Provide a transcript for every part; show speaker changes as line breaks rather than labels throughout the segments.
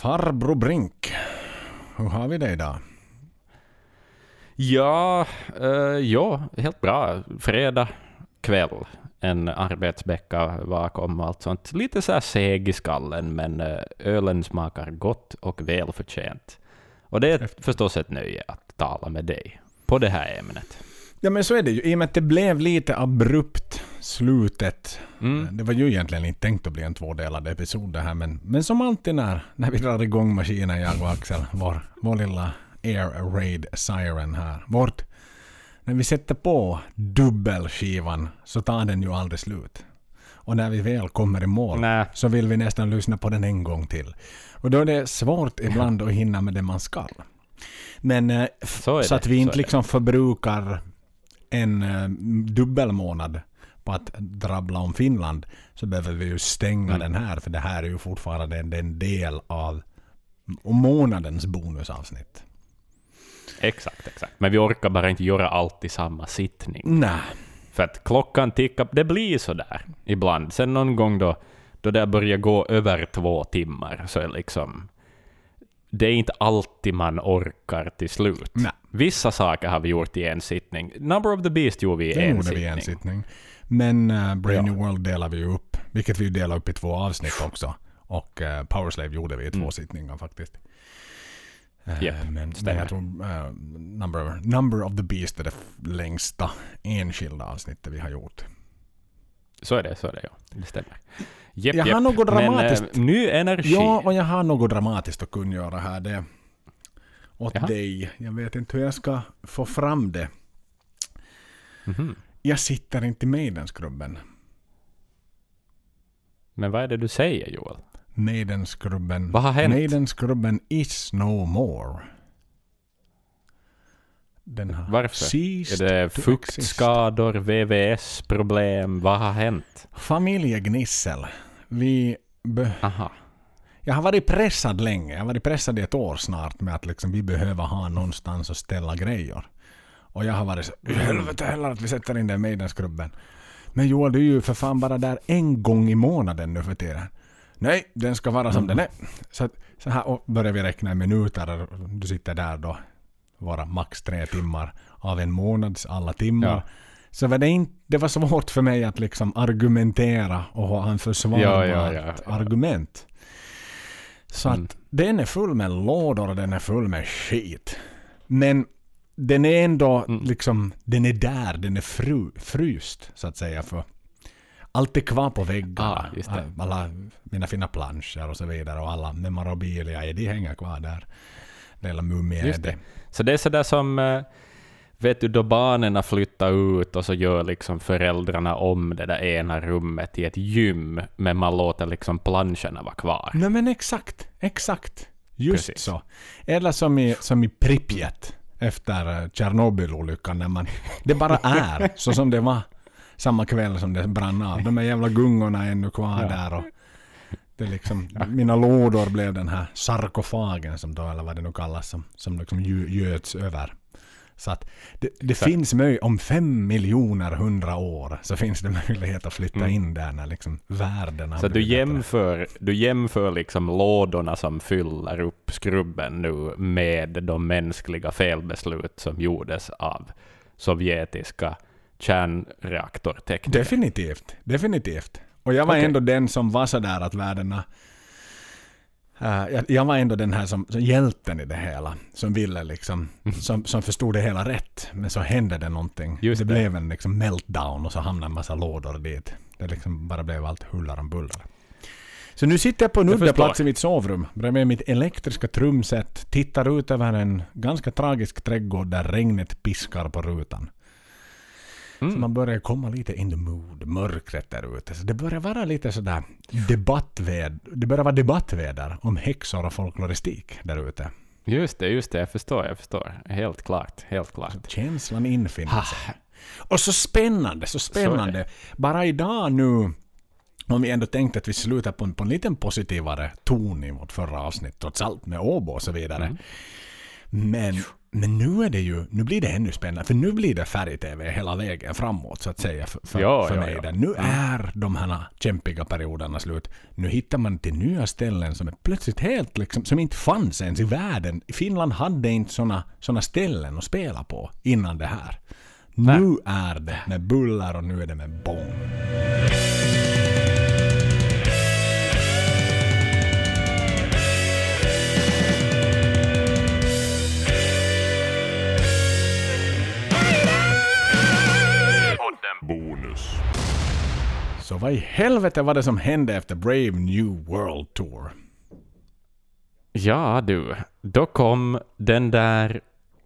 Farbror Brink, hur har vi det idag?
Ja, helt bra. Fredag kväll, en arbetsvecka bakom och allt sånt. Lite så här seg i skallen, men ölen smakar gott och välförtjänt. Och det är förstås ett nöje att tala med dig på det här ämnet.
Ja, men så är det ju. I och med att det blev lite abrupt slutet. Det var ju egentligen inte tänkt att bli en tvådelad episod det här. Men som alltid när vi drar igång maskinen, jag och Axel, vår lilla Air Raid Siren här. När vi sätter på dubbelskivan så tar den ju aldrig slut. Och när vi väl kommer i mål så vill vi nästan lyssna på den en gång till. Och då är det svårt ibland att hinna med det man ska. Men så att vi inte liksom förbrukar en dubbelmånad på att drabbla om Finland, så behöver vi ju stänga den här, för det här är ju fortfarande en del av månadens bonusavsnitt.
Exakt. Men vi orkar bara inte göra allt i samma sittning.
Nej.
För att klockan tickar, det blir så där ibland. Sen någon gång då det börjar gå över 2 timmar så är liksom, det är inte alltid man orkar till slut.
Nej.
Vissa saker har vi gjort i en sittning. Number of the Beast gjorde vi i en sittning.
Men Brave New World delar vi ju upp, vilket vi delar upp i 2 avsnitt också. Och Powerslave gjorde vi i 2 sittningar faktiskt. Men jag tror Number of the Beast är det längsta enskilda avsnittet vi har gjort.
Så är det, ja. Det stämmer.
Jag har något dramatiskt.
Men, ny energi.
Ja, och jag har något dramatiskt att kunna göra här. Det åt dig. Jag vet inte hur jag ska få fram det. Jag sitter inte med i den skrubben.
Men vad är det du säger, Joel?
Maidenskrubben.
Vad har hänt?
Maidenskrubben is no more.
Varför? Är det fuktskador, VVS-problem? Vad har hänt?
Familjegnissel. Jag har varit pressad länge. Jag har varit pressad i 1 år snart med att liksom vi behöver ha någonstans att ställa grejer. Och jag har varit så, helvete heller att vi sätter in den Maidenskrubben. Men Joel, du är ju för fan bara där en gång i månaden nu för tiden. Nej, den ska vara som den är. Så här och börjar vi räkna i minuter. Du sitter där då, vara max 3 timmar av en månads alla timmar. Ja. Så var det var svårt för mig att liksom argumentera och ha en försvarbart argument. Så att den är full med lådor och den är full med skit. Men den är ändå liksom, den är där, den är fryst så att säga, för allt är kvar på väggarna. Alla mina fina planscher och så vidare och alla memorabilia, de hänger kvar där. Lilla mumie.
Så det är sådär som vet du, då barnen flyttar ut och så gör liksom föräldrarna om det där ena rummet till ett gym, men man låter liksom planscherna vara kvar.
Nej, men exakt. Just precis. Så. Eller som i Pripyat efter Tjernobyl-olyckan, när det bara är så som det var samma kväll som det brann av. De här jävla gungorna är ännu kvar där, och det liksom, mina lådor blev den här sarkofagen som då, eller vad det nu kallas, som liksom göts över. Så att det finns om 5 miljoner 100 år så finns det möjlighet att flytta in där när liksom världen har.
Så du jämför liksom lådorna som fyller upp skrubben nu med de mänskliga felbeslut som gjordes av sovjetiska kärnreaktortekniker.
Definitivt. Och jag var ändå den som var så där att värdena jag var ändå den här som hjälten i det hela, som ville liksom som förstod det hela rätt, men så hände det någonting. Det blev en liksom meltdown och så hamnade en massa lådor dit. Det liksom bara blev allt hullar och bullar. Så nu sitter jag på en udda plats i mitt sovrum bredvid mitt elektriska trumset, tittar ut över en ganska tragisk trädgård där regnet piskar på rutan. Så man börjar komma lite in the mood, mörkret där ute. Så det börjar vara lite sådär debattväder om häxor och folkloristik där ute.
Just det, jag förstår. Helt klart.
Så känslan infinner sig. Och så spännande. Bara idag nu, om vi ändå tänkte att vi slutar på en liten positivare ton i vårt förra avsnitt, trots allt med Åbo och så vidare. Men nu blir det ännu spännande, för nu blir det färg-tv hela vägen framåt så att säga för mig. Ja. Nu är de här kämpiga perioderna slut. Nu hittar man till nya ställen som är plötsligt helt liksom, som inte fanns ens i världen. Finland hade inte såna ställen att spela på innan det här. Nej. Nu är det med bullar och nu är det med bång.
Bonus.
Så vad i helvete var det som hände efter Brave New World Tour?
Ja du, då kom den där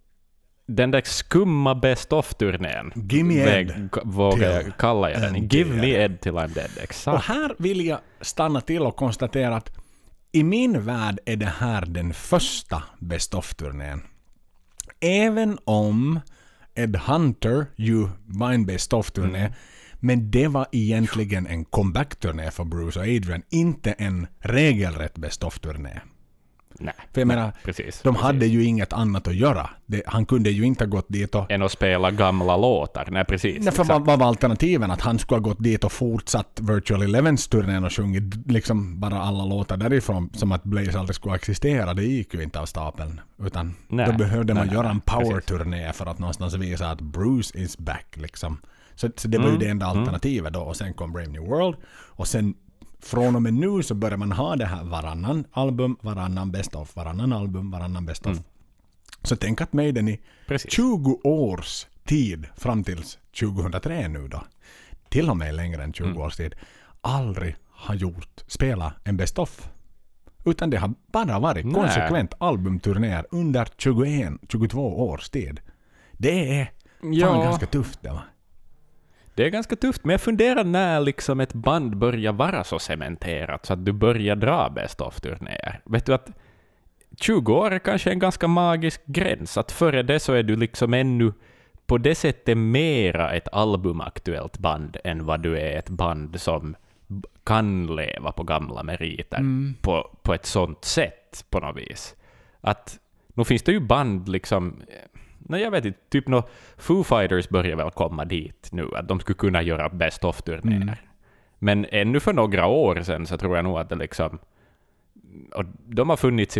skumma Best of-turnén.
Give me Ed.
Vågar jag kalla den. Give me Ed till I'm dead. Exakt.
Och här vill jag stanna till och konstatera att i min värld är det här den första Best of-turnén. Även om Ed Hunter ju var en Best of-turné, men det var egentligen en comeback-turné för Bruce och Adrian, inte en regelrätt Best of-turné.
Nej,
för jag menar, de hade ju inget annat att göra. Han kunde ju inte ha gått dit och...
än att spela gamla låtar. Nej, precis.
Nej, för vad var alternativen? Att han skulle ha gått dit och fortsatt Virtual Elevens-turnén och sjungit liksom bara alla låtar därifrån som att Blaze aldrig skulle existera. Det gick ju inte av stapeln. Utan då behövde man göra en power-turné för att någonstans visa att Bruce is back. Liksom. Så det var ju det enda alternativet då. Och sen kom Brave New World. Och sen från och med nu så börjar man ha det här varannan album, varannan best of, varannan album, varannan best of. Så tänk att Maiden i 20 års tid fram till 2003 nu då, till och med längre än 20 års tid, aldrig har spela en best of. Utan det har bara varit konsekvent albumturnéer under 22 års tid. Det är ganska tufft det, va?
Det är ganska tufft, men jag funderar när liksom ett band börjar vara så cementerat så att du börjar dra best of-turnéer. Vet du att 20 år är kanske en ganska magisk gräns, att före det så är du liksom ännu på det sättet mera ett albumaktuellt band än vad du är ett band som kan leva på gamla meriter på ett sånt sätt på något vis. Att nu finns det ju band liksom... Nej, jag vet inte, typ Foo Fighters börjar väl komma dit nu, att de skulle kunna göra best of-turnéer. Men ännu för några år sedan så tror jag nog att det liksom, och de har funnits i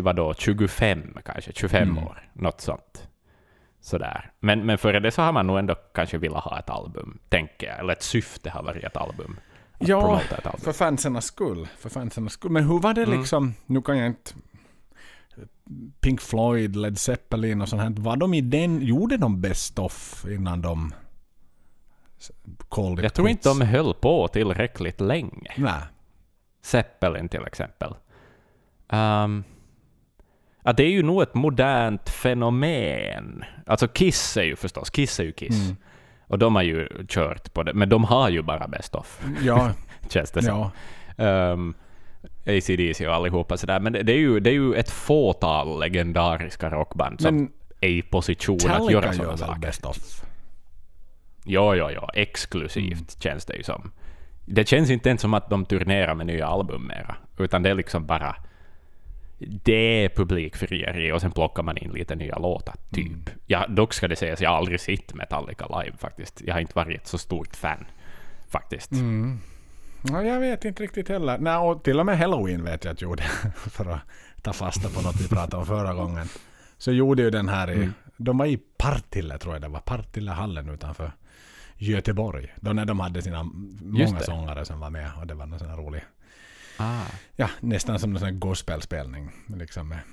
25 år, något sånt. Sådär. Men före det så har man nog ändå kanske velat ha ett album, tänker jag, eller ett syfte har varit ett album.
Ja, för fansernas skull. Men hur var det liksom, nu kan jag inte... Pink Floyd, Led Zeppelin och sånt här. Var de gjorde de best of innan de called it?
Jag tror inte de höll på tillräckligt länge.
Nej.
Zeppelin till exempel. Det är ju nog ett modernt fenomen. Alltså Kiss är ju Kiss. Och de har ju kört på det. Men de har ju bara best of. Ja. Känns det så. Ja. AC/DC och allihopa sådär. Men det är ju ett fåtal legendariska rockband som är i position att göra sådana saker.
Best of.
Ja. Exklusivt känns det ju som. Det känns inte ens som att de turnerar med nya album mera. Utan det är liksom bara... Det är publikfrieri och sen plockar man in lite nya låtar, typ. Ja, dock ska det sägas, jag har aldrig sett Metallica live faktiskt. Jag har inte varit ett så stort fan, faktiskt.
Ja, jag vet inte riktigt heller. Nej, och till och med Halloween vet jag att gjorde, för att ta fasta på något vi pratade om förra gången. Så gjorde ju den här de var i Partille, tror jag det var. Partillehallen utanför Göteborg. Då när de hade sina många sångare som var med. Och det var någon sån här rolig... Ja, nästan som en sån här gospelspelning. Liksom med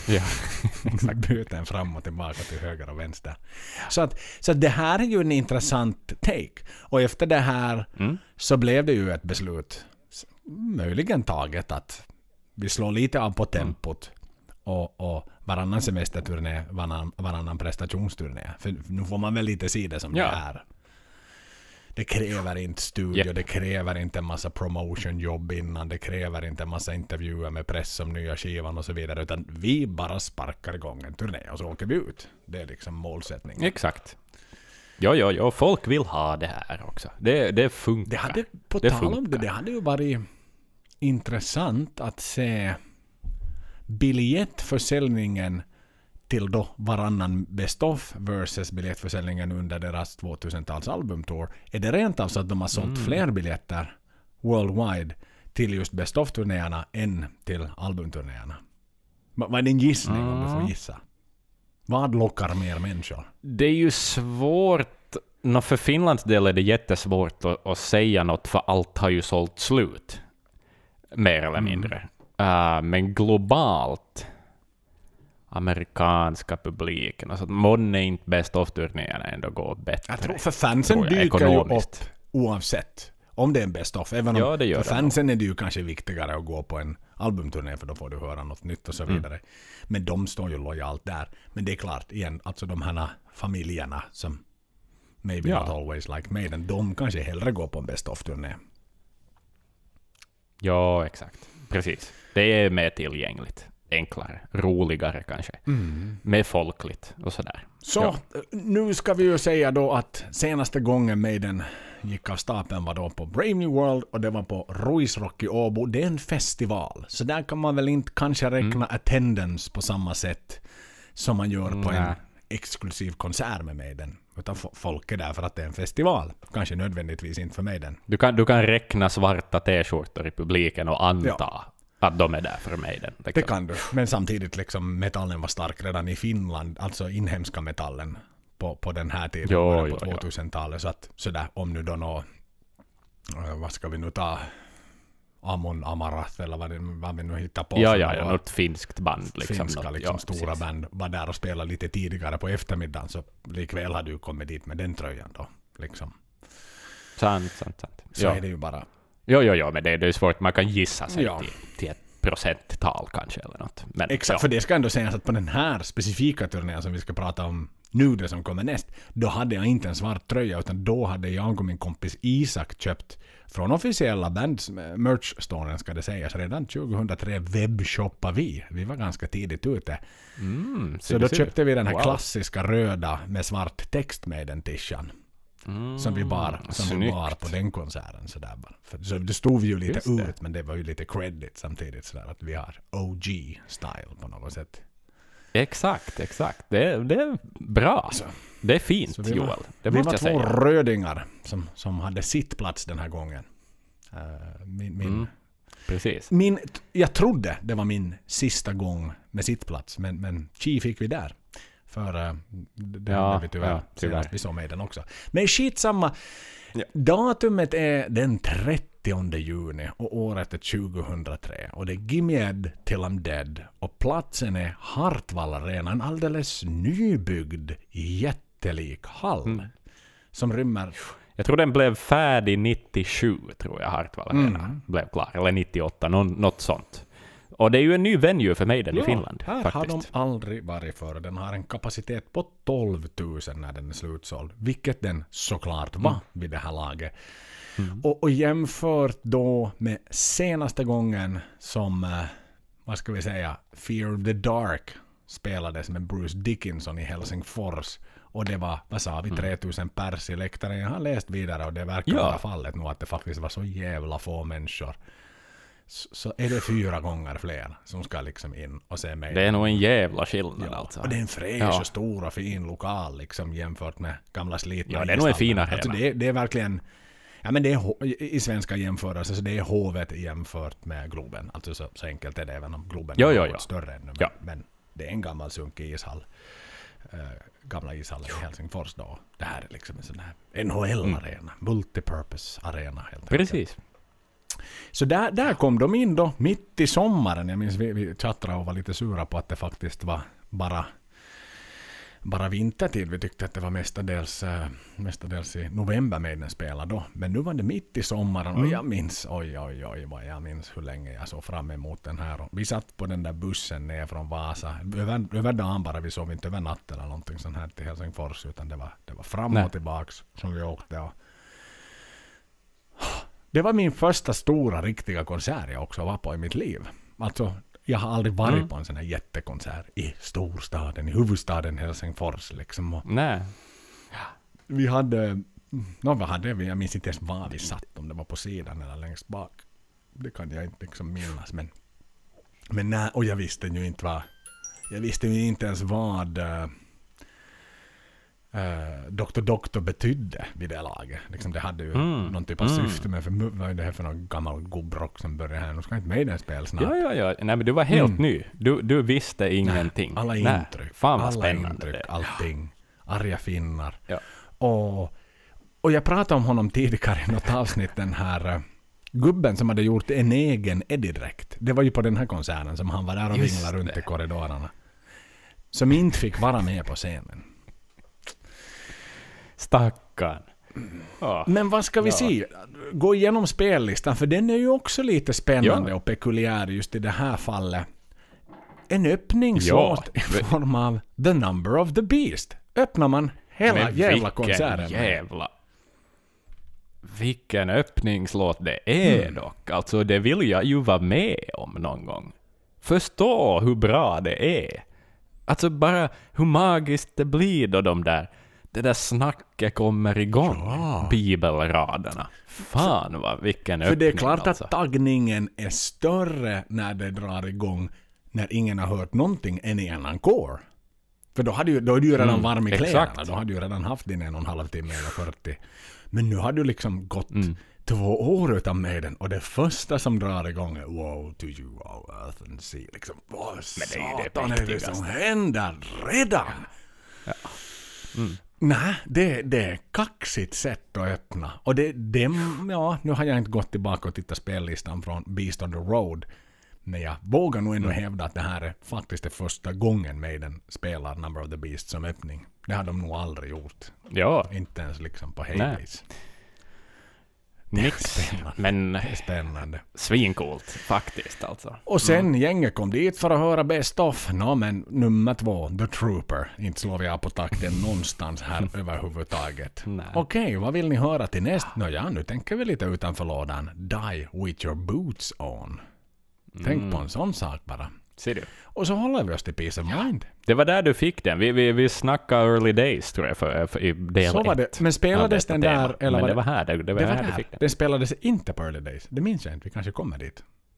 byten fram och tillbaka till höger och vänster. Så det här är ju en intressant take. Och efter det här så blev det ju ett beslut, möjligen taget, att vi slår lite av på tempot och varannan semesterturné, varannan prestationsturné. För nu får man väl lite se det som det är. Det kräver inte studio, det kräver inte en massa promotionjobb innan, det kräver inte en massa intervjuer med press om nya skivan och så vidare, utan vi bara sparkar igång en turné och så åker vi ut. Det är liksom målsättningen.
Exakt. Ja, folk vill ha det här också. Det funkar.
Det hade, på tal om det hade ju varit intressant att se biljettförsäljningen till då varannan Best of versus biljettförsäljningen under deras 2000-tals albumtour, är det rent av så att de har sålt fler biljetter worldwide till just Best of-turnéerna än till albumturnéerna. Vad är din gissning om du får gissa? Vad lockar mer människor?
Det är ju svårt. För Finlands del är det jättesvårt att säga något, för allt har ju sålt slut. Mer eller mindre. Men globalt, amerikanska publiken, alltså månne inte Best of-turnéerna ändå går bättre.
Jag tror för fansen dyker ju upp oavsett om det är en Best of. Även om för fansen är det ju kanske viktigare att gå på en albumturné, för då får du höra något nytt och så vidare. Men de står ju lojalt där. Men det är klart, igen, alltså de här familjerna som maybe not always like Maiden, de kanske hellre går på en Best of-turné.
Ja, exakt. Precis. Det är mer tillgängligt. Enklare, roligare kanske. Mer folkligt och sådär.
Så, nu ska vi ju säga då att senaste gången Maiden gick av stapeln var då på Brave New World, och det var på Ruisrock i Åbo. Det är en festival, så där kan man väl inte kanske räkna attendance på samma sätt som man gör på en exklusiv konsert med Maiden. Utan folk är där för att det är en festival. Kanske nödvändigtvis inte för Maiden.
Du kan räkna svarta t-skjortor i publiken och anta att de är där för Maiden. Liksom.
Det kan du. Men samtidigt liksom metallen var stark redan i Finland, alltså inhemska metallen på den här tiden, på 2000-talet. Så att sådär, om nu då vad ska vi nu ta? Amon Amarath eller vad vi nu hittar på.
Ja, något finskt band. Liksom,
finska liksom, stora band var där och spelade lite tidigare på eftermiddagen, så likväl hade du kommit dit med den tröjan då. Liksom.
Sant.
Så är det ju bara.
Jo, men det är svårt. Man kan gissa sig till ett procenttal kanske eller något. Men,
exakt, för det ska ändå sägas att på den här specifika turnén som vi ska prata om nu, det som kommer näst, då hade jag inte en svart tröja, utan då hade jag och min kompis Isak köpt från officiella bands merch-storen, ska det sägas, redan 2003 webbshoppar vi. Vi var ganska tidigt ute. Så då köpte vi den här klassiska röda med svart text med den tishan. Som vi bar på den konserten så där bara. Så det stod ju lite ut, men det var ju lite credit samtidigt så där, att vi har OG style på något sätt.
Exakt. Det är bra. Det är fint, Joel. Det
vi
måste
var
jag
två
säga.
rödingar som hade sitt plats den här gången.
Precis.
Jag trodde det var min sista gång med sittplats, men chi fick vi där. För det vi tyvärr senast vi såg med den också. Men skitsamma. Ja. Datumet är den 30 juni och året är 2003. Och det är Gimme Ed Till I'm Dead. Och platsen är Hartwall Arena, en alldeles nybyggd jättelik hall. Som rymmer...
Jag tror den blev färdig 97, tror jag, Hartwall Arena blev klar. Eller 98, något sånt. Och det är ju en ny venue för Maiden i Finland.
Här
faktiskt.
har de aldrig varit för. Den har en kapacitet på 12 000 när den är slutsåld. Vilket den såklart var vid det här laget. Och jämfört då med senaste gången som, vad ska vi säga, Fear of the Dark spelades med Bruce Dickinson i Helsingfors. Och det var, vad sa vi, 3000 pers i läktaren. Jag har läst vidare och det verkar vara fallet nu, att det faktiskt var så jävla få människor. Så är det 4 gånger fler som ska liksom in och se mig.
Det är nog en jävla skillnad alltså.
Och det är en fräsch och stor och fin lokal liksom, jämfört med gamla slitna.
Ja, det är nog en fin arena.
Alltså det är verkligen, ja men det är i svenska jämförelser, så det är hovet jämfört med Globen. Alltså så enkelt är det, även om Globen är något större ännu. Men det är en gammal sunkig ishall. Gamla ishallen i Helsingfors då. Det här är liksom en sån här NHL-arena. Multipurpose arena helt enkelt.
Precis.
Så där kom de in då mitt i sommaren. Jag minns vi chattrade och var lite sura på att det faktiskt var bara vintertid. Vi tyckte att det var mestadels i november med den spelade då. Men nu var det mitt i sommaren och jag minns, oj vad jag minns hur länge jag såg fram emot den här. Och vi satt på den där bussen ner från Vasa. Över dagen bara, vi sov inte över natten eller någonting sånt här till Helsingfors, utan det var fram och tillbaks som vi åkte. Och det var min första stora riktiga konsert jag också var på i mitt liv. Alltså, jag har aldrig varit på en sån här jättekonsert i storstaden, i huvudstaden Helsingfors liksom.
Nej.
Vi hade, jag minns inte ens var vi satt, om det var på sidan eller längst bak. Det kan jag inte liksom minnas, men nej, och jag visste ju inte Jag visste ju inte ens vad Dr. betydde vid det laget. Liksom det hade ju någon typ av syfte med, för vad är det här för någon gammal gubbrock som börjar här? Nu ska inte med den spel snart.
Ja. Nej, men du var helt ny. Du visste ingenting.
Alla intryck.
Fan vad
alla
spännande
intryck,
det.
allting. Arga finnar.
Ja.
Och jag pratade om honom tidigare i något avsnitt, den här gubben som hade gjort en egen Eddie-dräkt. Det var ju på den här konserten som han var där och vinglade runt i korridorerna. Som inte fick vara med på scenen.
Stackarn.
Men vad ska vi se? Gå igenom spellistan, för den är ju också lite spännande och peculiär just i det här fallet. En öppningslåt i form av The Number of the Beast. Öppnar man hela jävla konserten.
Vilken öppningslåt det är dock. Alltså det vill jag ju vara med om någon gång. Förstå hur bra det är. Alltså bara hur magiskt det blir då det där snacket kommer igång. Ja. Bibelraderna. Fan vad vilken öppning.
För det är klart
alltså.
Att taggningen är större när det drar igång när ingen har hört någonting än i en encore. För då är du ju redan varm i kläderna. Exakt. Då hade du redan haft din 1,5 timme eller 40. Men nu har du liksom gått 2 år utan med den. Och det första som drar igång är wow, to you, wow, earth and sea. Liksom, vad satan är det som händer redan? Ja. Nej, det är kaxigt sätt att öppna. Och nu har jag inte gått tillbaka och tittat spellistan från Beast on the Road. Men jag vågar nog ändå hävda att det här är faktiskt det första gången Maiden spelar Number of the Beast som öppning. Det har de nog aldrig gjort.
Ja.
Inte ens liksom på Hades.
Nix. Men
det är spännande.
Svincoolt faktiskt alltså.
Och sen gänget kom dit för att höra Best of. Men nummer 2, The Trooper. Inte slår vi på takten någonstans här överhuvudtaget. Okej, vad vill ni höra till näst? Nu tänker vi lite utanför lådan. Die with your boots on. Tänk på en sån sak bara.
Ser du?
Och så håller vi oss till Peace of Mind.
Det var där du fick den. Vi snackade Early Days tror jag för i del 1.
Så var det. Men spelades den där? Eller
men det var här. Det var här du fick den.
Den spelades inte på Early Days. Det minns jag inte. Vi kanske kommer dit.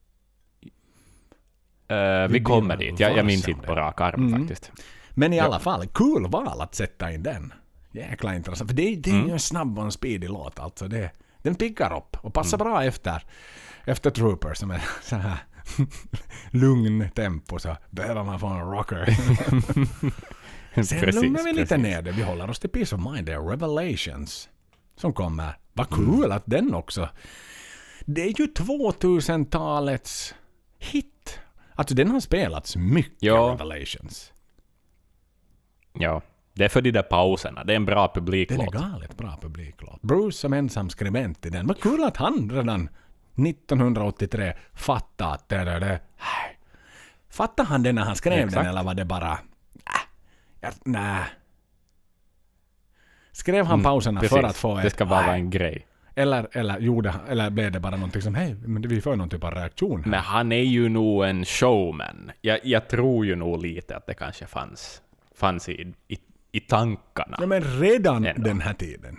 Vi kommer dit. Jag minns inte på rak arm faktiskt.
Men i alla fall, cool val att sätta in den. Jäkla intressant. För det är ju en snabb och en speedig låt. Alltså den piggar upp och passar bra efter Trooper som är så här lugn tempo, så behöver man få en rocker. Sen lugnar vi lite ner det. Vi håller oss till Peace of Mind. Det är Revelations som kommer. Vad kul att den också. Det är ju 2000-talets hit. Alltså den har spelats mycket, Revelations. Ja,
det är för de där pauserna. Det är en bra publiklåt.
Det är galet bra publiklåt. Bruce som ensam skribent i den. Vad kul att han redan 1983 fattade att det. Fattade han det när han skrev den, eller var det bara nej. Skrev han pauserna för att få
det ska vara en grej.
Eller blev det bara någonting som men vi får någon typ av reaktion här.
Men han är ju nog en showman. Jag tror ju nog lite att det kanske fanns i tankarna.
Ja, men redan den här tiden.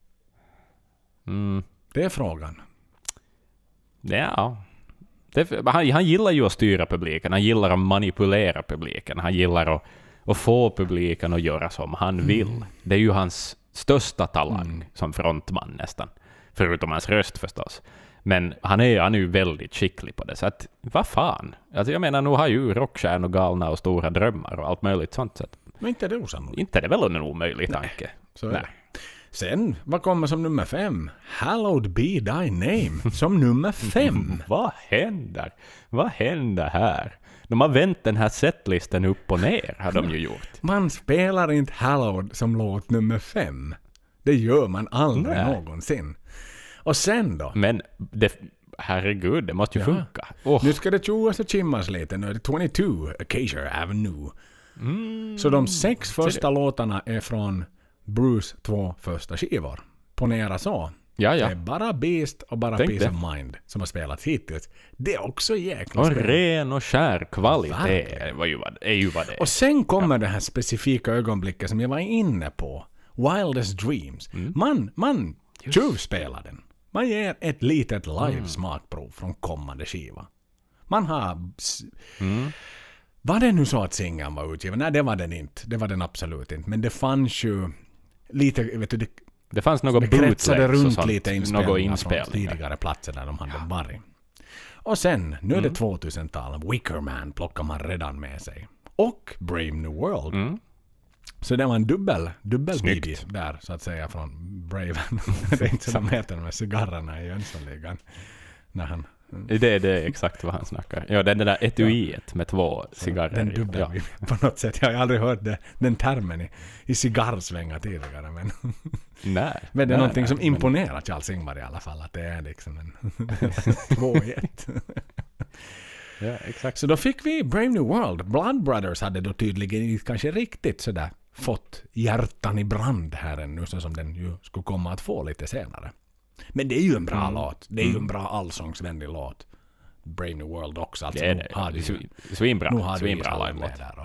Det är frågan.
Ja. Han gillar ju att styra publiken. Han gillar att manipulera publiken. Han gillar att få publiken att göra som han vill. Det är ju hans största talang som frontman nästan. Förutom hans röst förstås. Men han är ju väldigt skicklig på det. Så att, vad fan? Alltså jag menar, nu har ju rockstjärnor och galna och stora drömmar och allt möjligt sånt. Så att,
men inte är det osannolikt.
Inte är det väl en omöjlig tanke.
Nej. Sen, vad kommer som nummer 5? Hallowed be thy name. Som nummer 5.
Vad händer här? De har vänt den här setlisten upp och ner, har de ju gjort.
Man spelar inte Hallowed som låt nummer 5. Det gör man aldrig någonsin. Och sen då?
Men herregud, det måste ju funka.
Nu ska det tjoas och chimmas lite. Nu är det 22 Acacia Avenue. Så de 6 första låtarna är från Bruce 2 första skivor. Ponera så.
Ja.
Det är bara Beast och bara Peace of Mind som har spelats hittills. Det är också jäkla
och ren och skär kvalitet är ju vad det är.
Och sen kommer det här specifika ögonblicket som jag var inne på. Wildest Dreams. Man tjuvspelar den. Man ger ett litet live-smakprov från kommande skiva. Man har Var det nu så att singeln var utgiven? Nej, det var den inte. Det var den absolut inte. Men det fanns ju lite, vet du,
det fanns något
det kretsade
bootlegs och
runt
sånt,
lite
något
inspelningar
inspelningar.
från tidigare platser där de hade varit. Och sen, nu är det 2000-tal. Wicker Man plockar man redan med sig. Och Brave New World. Så det var en dubbel video där, så att säga, från Brave. Det är inte så de heter med cigarrerna i Jönssonligan. När han...
Det är exakt vad han snackar. Ja, den där etuiet med 2 cigarrer.
Den dubbel på något sätt. Jag har aldrig hört den termen i cigarrsvängar tidigare. Men, men det är någonting som imponerar Charles Ingvar i alla fall. Att det är liksom en 2-1.
Ja, exakt.
Så då fick vi Brave New World. Blood Brothers hade då tydligen kanske riktigt sådär fått hjärtan i brand här ännu, så som den ju skulle komma att få lite senare. Men det är ju en bra låt. Det är ju en bra allsångsvänlig låt. Brave New World också. Alltså,
det är det. Svinbra.
Nu har svinbra live-låt där.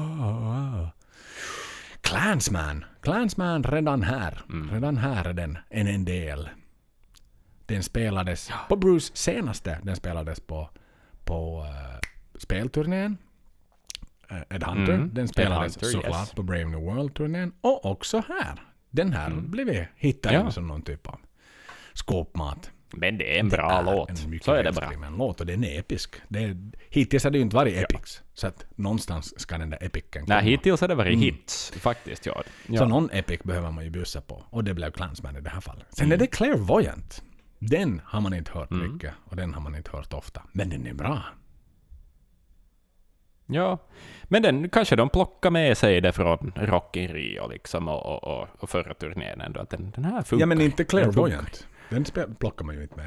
Clansman redan här. Redan här är den en del. Den spelades på Bruce senaste. Den spelades på spelturnén. Ed Hunter. Den spelades såklart på Brave New World-turnén. Och också här. Den här blev vi hittade som någon typ av skåpmat.
Men det är en bra låt. Så är det bra.
En låt, och den är episk. Hittills har det ju inte varit epics. Så att någonstans ska den där epicen komma.
Nej, hittills har det varit hits faktiskt. Ja.
Så någon epic behöver man ju bjussa på. Och det blev Clansman i det här fallet. Sen är det Clairvoyant. Den har man inte hört mycket. Och den har man inte hört ofta. Men den är bra.
Ja, men den kanske de plockar med sig det från Rock in Rio liksom och förra turnén ändå. Att den här funkar.
Ja, men inte Clairvoyant. Den plockar man ju inte med.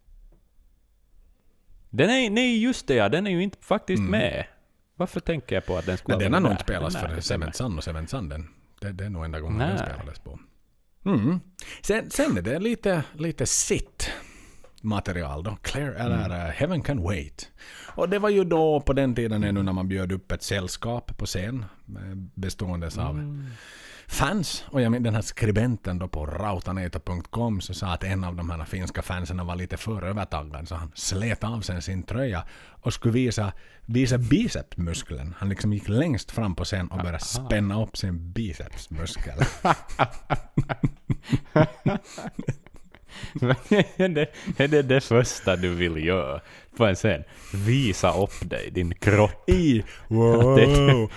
Nej, just det, ja. Den är ju inte faktiskt med. Varför tänker jag på att den skulle...
Men den har nog inte spelats för Seventh Son och Seventh Son. Det är nog enda gången den spelades på. Sen är det lite sitt material då. Heaven Can Wait. Och det var ju då på den tiden ännu när man bjöd upp ett sällskap på scen bestående av fans. Och jag menar, den här skribenten då på rautaneita.com så sa att en av de här finska fansen var lite för övertaggad, så han slet av sig sin tröja och skulle visa bicepsmuskeln. Han liksom gick längst fram på scen och började spänna upp sin bicepsmuskel.
är det första du vill göra på en scen? Visa upp dig, din kropp.
Wow.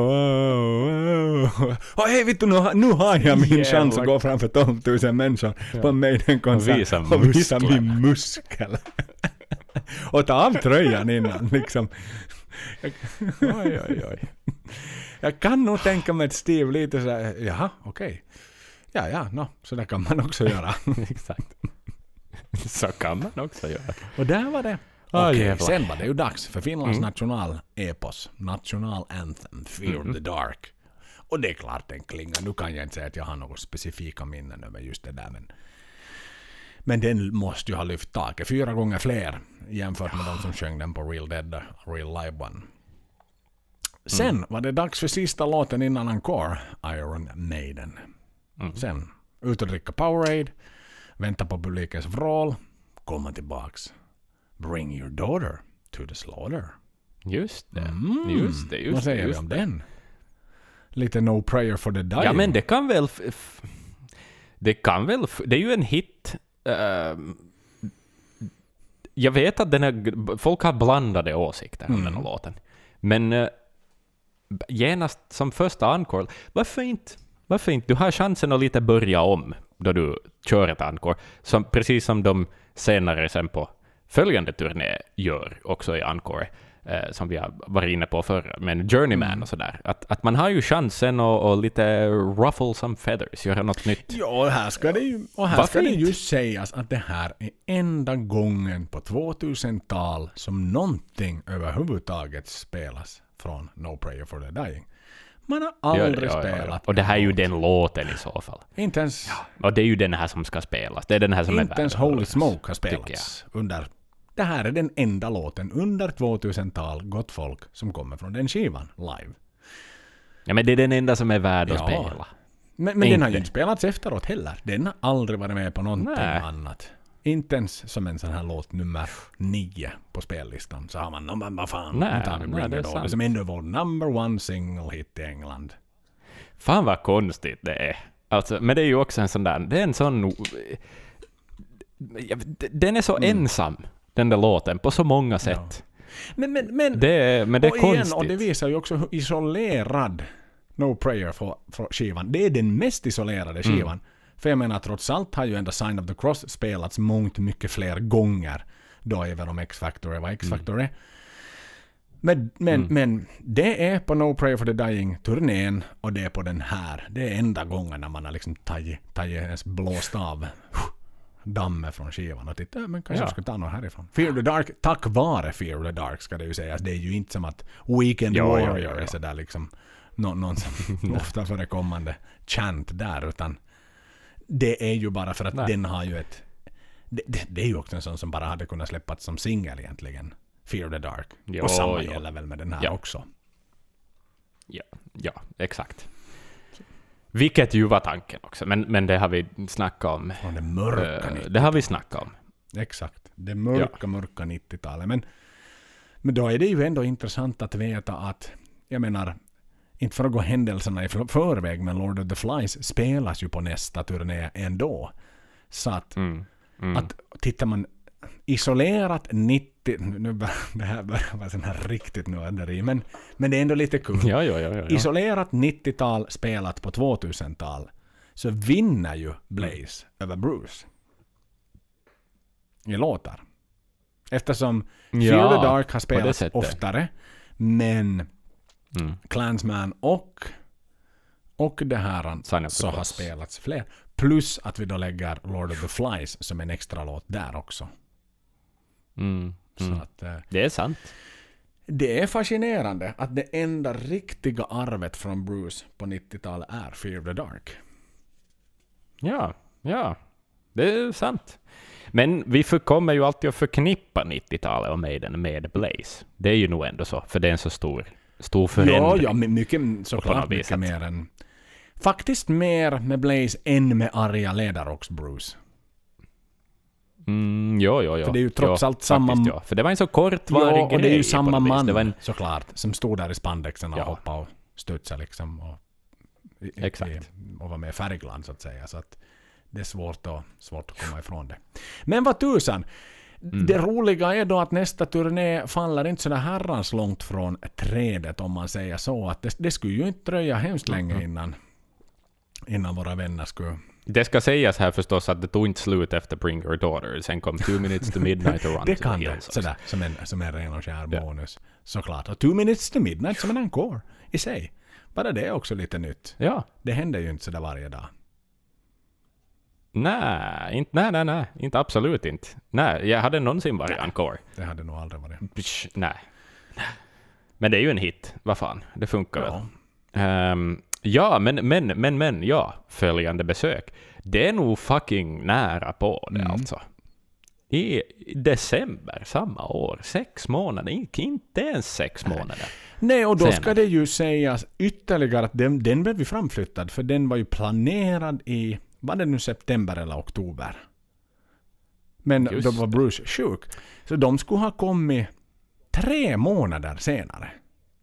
Och hej, vet du, nu har jag min chans att gå framför 12 000 människor på en Maiden-konsert och visa min muskel. Och ta av tröjan innan, liksom. Oj. Jag kan nog tänka mig ett Steve lite så här, jaha, okej. Så där kan man också göra.
Exakt. Så kan man också göra.
Och där var det. Okej, sen var det ju dags för Finlands national-epos. National Anthem, Fear the Dark. Och det är klart den klingar. Nu kan jag inte säga att jag har något specifika minnen över just det där. Men den måste ju ha lyft taket 4 gånger fler jämfört med de som sjöng den på Real Dead, Real Live One. Sen var det dags för sista låten innan encore, Iron Maiden. Sen ut och dricka Powerade, vänta på publikens vrål, komma tillbaks. Bring your daughter to the slaughter.
Just det.
Vad säger vi om den? Lite No Prayer for the Dying.
Ja, men det kan väl... det är ju en hit. Jag vet att folk har blandade åsikter om den här låten. Men genast som första encore, varför inte? Du har chansen att lite börja om då du kör ett encore. Precis som de senare sen på följande turné gör också i encore. Som vi har varit inne på förr. Men Journeyman och sådär. Att man har ju chansen att lite ruffle some feathers. Göra något nytt.
Ja, här ska det ju sägas att det här är enda gången på 2000-tal som någonting överhuvudtaget spelas från No Prayer for the Dying. Man har aldrig spelat.
Och det här är ju den låten i så fall.
Inte ens...
Och det är ju den här som ska spelas. Det är den här som
inte ens Holy Smoke har spelats under... Det här är den enda låten under 2000-tal gott folk som kommer från den skivan live.
Ja, men det är den enda som är värd att spela.
Men den har ju inte spelats efteråt heller. Den har aldrig varit med på någonting annat. Inte ens som en sån här låt nummer 9 på spellistan. Så har man, men vad fan,
Nej,
inte har vi Bring
det är
It On.
sant.
Det som ändå var number 1 single hit i England.
Fan vad konstigt det är. Alltså, men det är ju också en sån där, det är en sån, den är så ensam, den där låten, på så många sätt.
Men
Det är
och
konstigt.
Och det visar ju också hur isolerad No Prayer för skivan. Det är den mest isolerade skivan. För jag menar, trots allt har ju ändå Sign of the Cross spelats mångt mycket fler gånger. Då även om X-Factor är vad X-Factor är. Men det är på No Prayer for the Dying-turnén och det är på den här. Det är enda gången när man har liksom tagit blåst av dammet från skivan och tittat, men kanske jag ska ta något härifrån. Fear the Dark, tack vare Fear the Dark ska det ju sägas. Det är ju inte som att Weekend Warrior är sådär liksom någon som ofta förekommande chant där, utan det är ju bara för att den har ju ett det är ju också en sån som bara hade kunnat släppas som singel egentligen. Fear the Dark. Och samma gäller väl med den här också.
Ja, exakt. Vilket ju var tanken också. Men det har vi snackat om.
Och det mörka
det har vi snackat om.
Exakt. Det mörka 90-talet. Men då är det ju ändå intressant att veta att, jag menar, inte för att gå händelserna i förväg, men Lord of the Flies spelas ju på nästa turné ändå. Så att, att tittar man isolerat 90, det här börjar vara sån här riktigt nörderi, men det är ändå lite kul.
Ja.
Isolerat 90-tal spelat på 2000-tal, så vinner ju Blaze över Bruce i låtar. Eftersom Fear the Dark har spelats oftare, men Clansman och det här så har spelats fler. Plus att vi då lägger Lord of the Flies som en extra låt där också. Så att,
det är sant.
Det är fascinerande att det enda riktiga arvet från Bruce på 90-talet är Fear the Dark.
Ja. Det är sant. Men vi kommer ju alltid att förknippa 90-talet och Maiden med Blaze. Det är ju nog ändå så, för det är en så stor förändring.
Ja, mycket, såklart mycket mer än... Faktiskt mer med Blaze än med arga Ledarrocks Bruce.
Jo.
För det är ju trots allt samma...
Faktiskt, för det var en så kortvarig grej.
Och det är ju samma man, såklart, som stod där i spandexen och hoppade och studsade liksom.
Exakt.
Och var med färgglad, så att säga. Så att det är svårt att komma ifrån det. Men vad tusan! Det roliga är då att nästa turné faller inte så där herrans långt från trädet, om man säger så. Att det skulle ju inte dröja hemskt länge innan våra vänner skulle...
Det ska sägas här förstås att det tog inte slut efter Bring Your Daughter. Sen kom 2 Minutes to Midnight och Run
det
to
kan
the
det,
Hills.
sådär, som en ren och skär bonus. Såklart. Och 2 Minutes to Midnight som en encore i sig. Bara det är också lite nytt.
Ja.
Det händer ju inte sådär varje dag.
Nej, inte absolut inte. Nej, jag hade någonsin varit encore.
Det hade nog aldrig varit.
Nej. Men det är ju en hit. Vad fan, det funkar väl. Men följande besök. Det är nog fucking nära på det alltså. I december samma år, 6 månader, inte ens 6 månader.
Nej, och då ska det ju sägas ytterligare att den blev vi framflyttad, för den var ju planerad i, var det nu september eller oktober? Men då var Bruce sjuk. Så de skulle ha kommit 3 månader senare.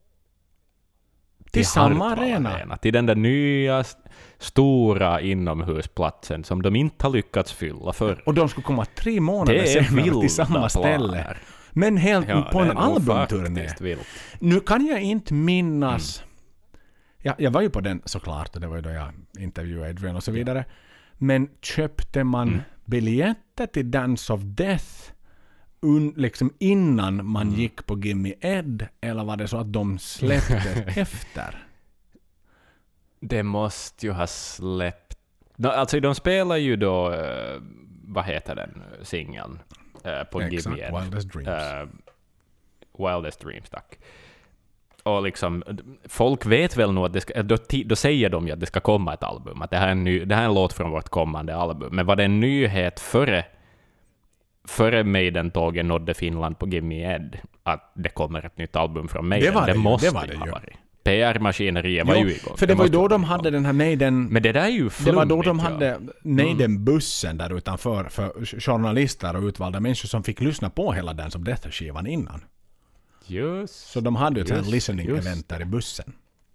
Till samma arena.
Till den där nya stora inomhusplatsen som de inte har lyckats fylla för.
Och de skulle komma 3 månader senare till samma ställe. Men helt på en albumturné. Nu kan jag inte minnas... Jag var ju på den såklart, och det var ju då jag intervjuade Adrian och så vidare. Men köpte man biljetter till Dance of Death liksom innan man gick på Gimme Ed, eller var det så att de släppte efter?
Det måste ju ha släppt. Alltså de spelar ju då vad heter den singeln på Gimme Ed?
Wildest Dreams.
Wildest Dreams, tack. Och liksom, folk vet väl nog att det ska, då säger de ju att det ska komma ett album, att det här är en låt från vårt kommande album. Men var det en nyhet före Maiden-tågen nådde Finland på Gimme Ed att det kommer ett nytt album från Maiden? Det måste det ha varit. PR-maskineriet var ju igång.
För det var ju då de hade den här Maiden...
Men det där är ju flummigt.
Det var då de hade Maiden-bussen där utanför för journalister och utvalda människor som fick lyssna på hela den som Death-skivan innan.
Just.
Så de hade ju ett listening-event där i bussen.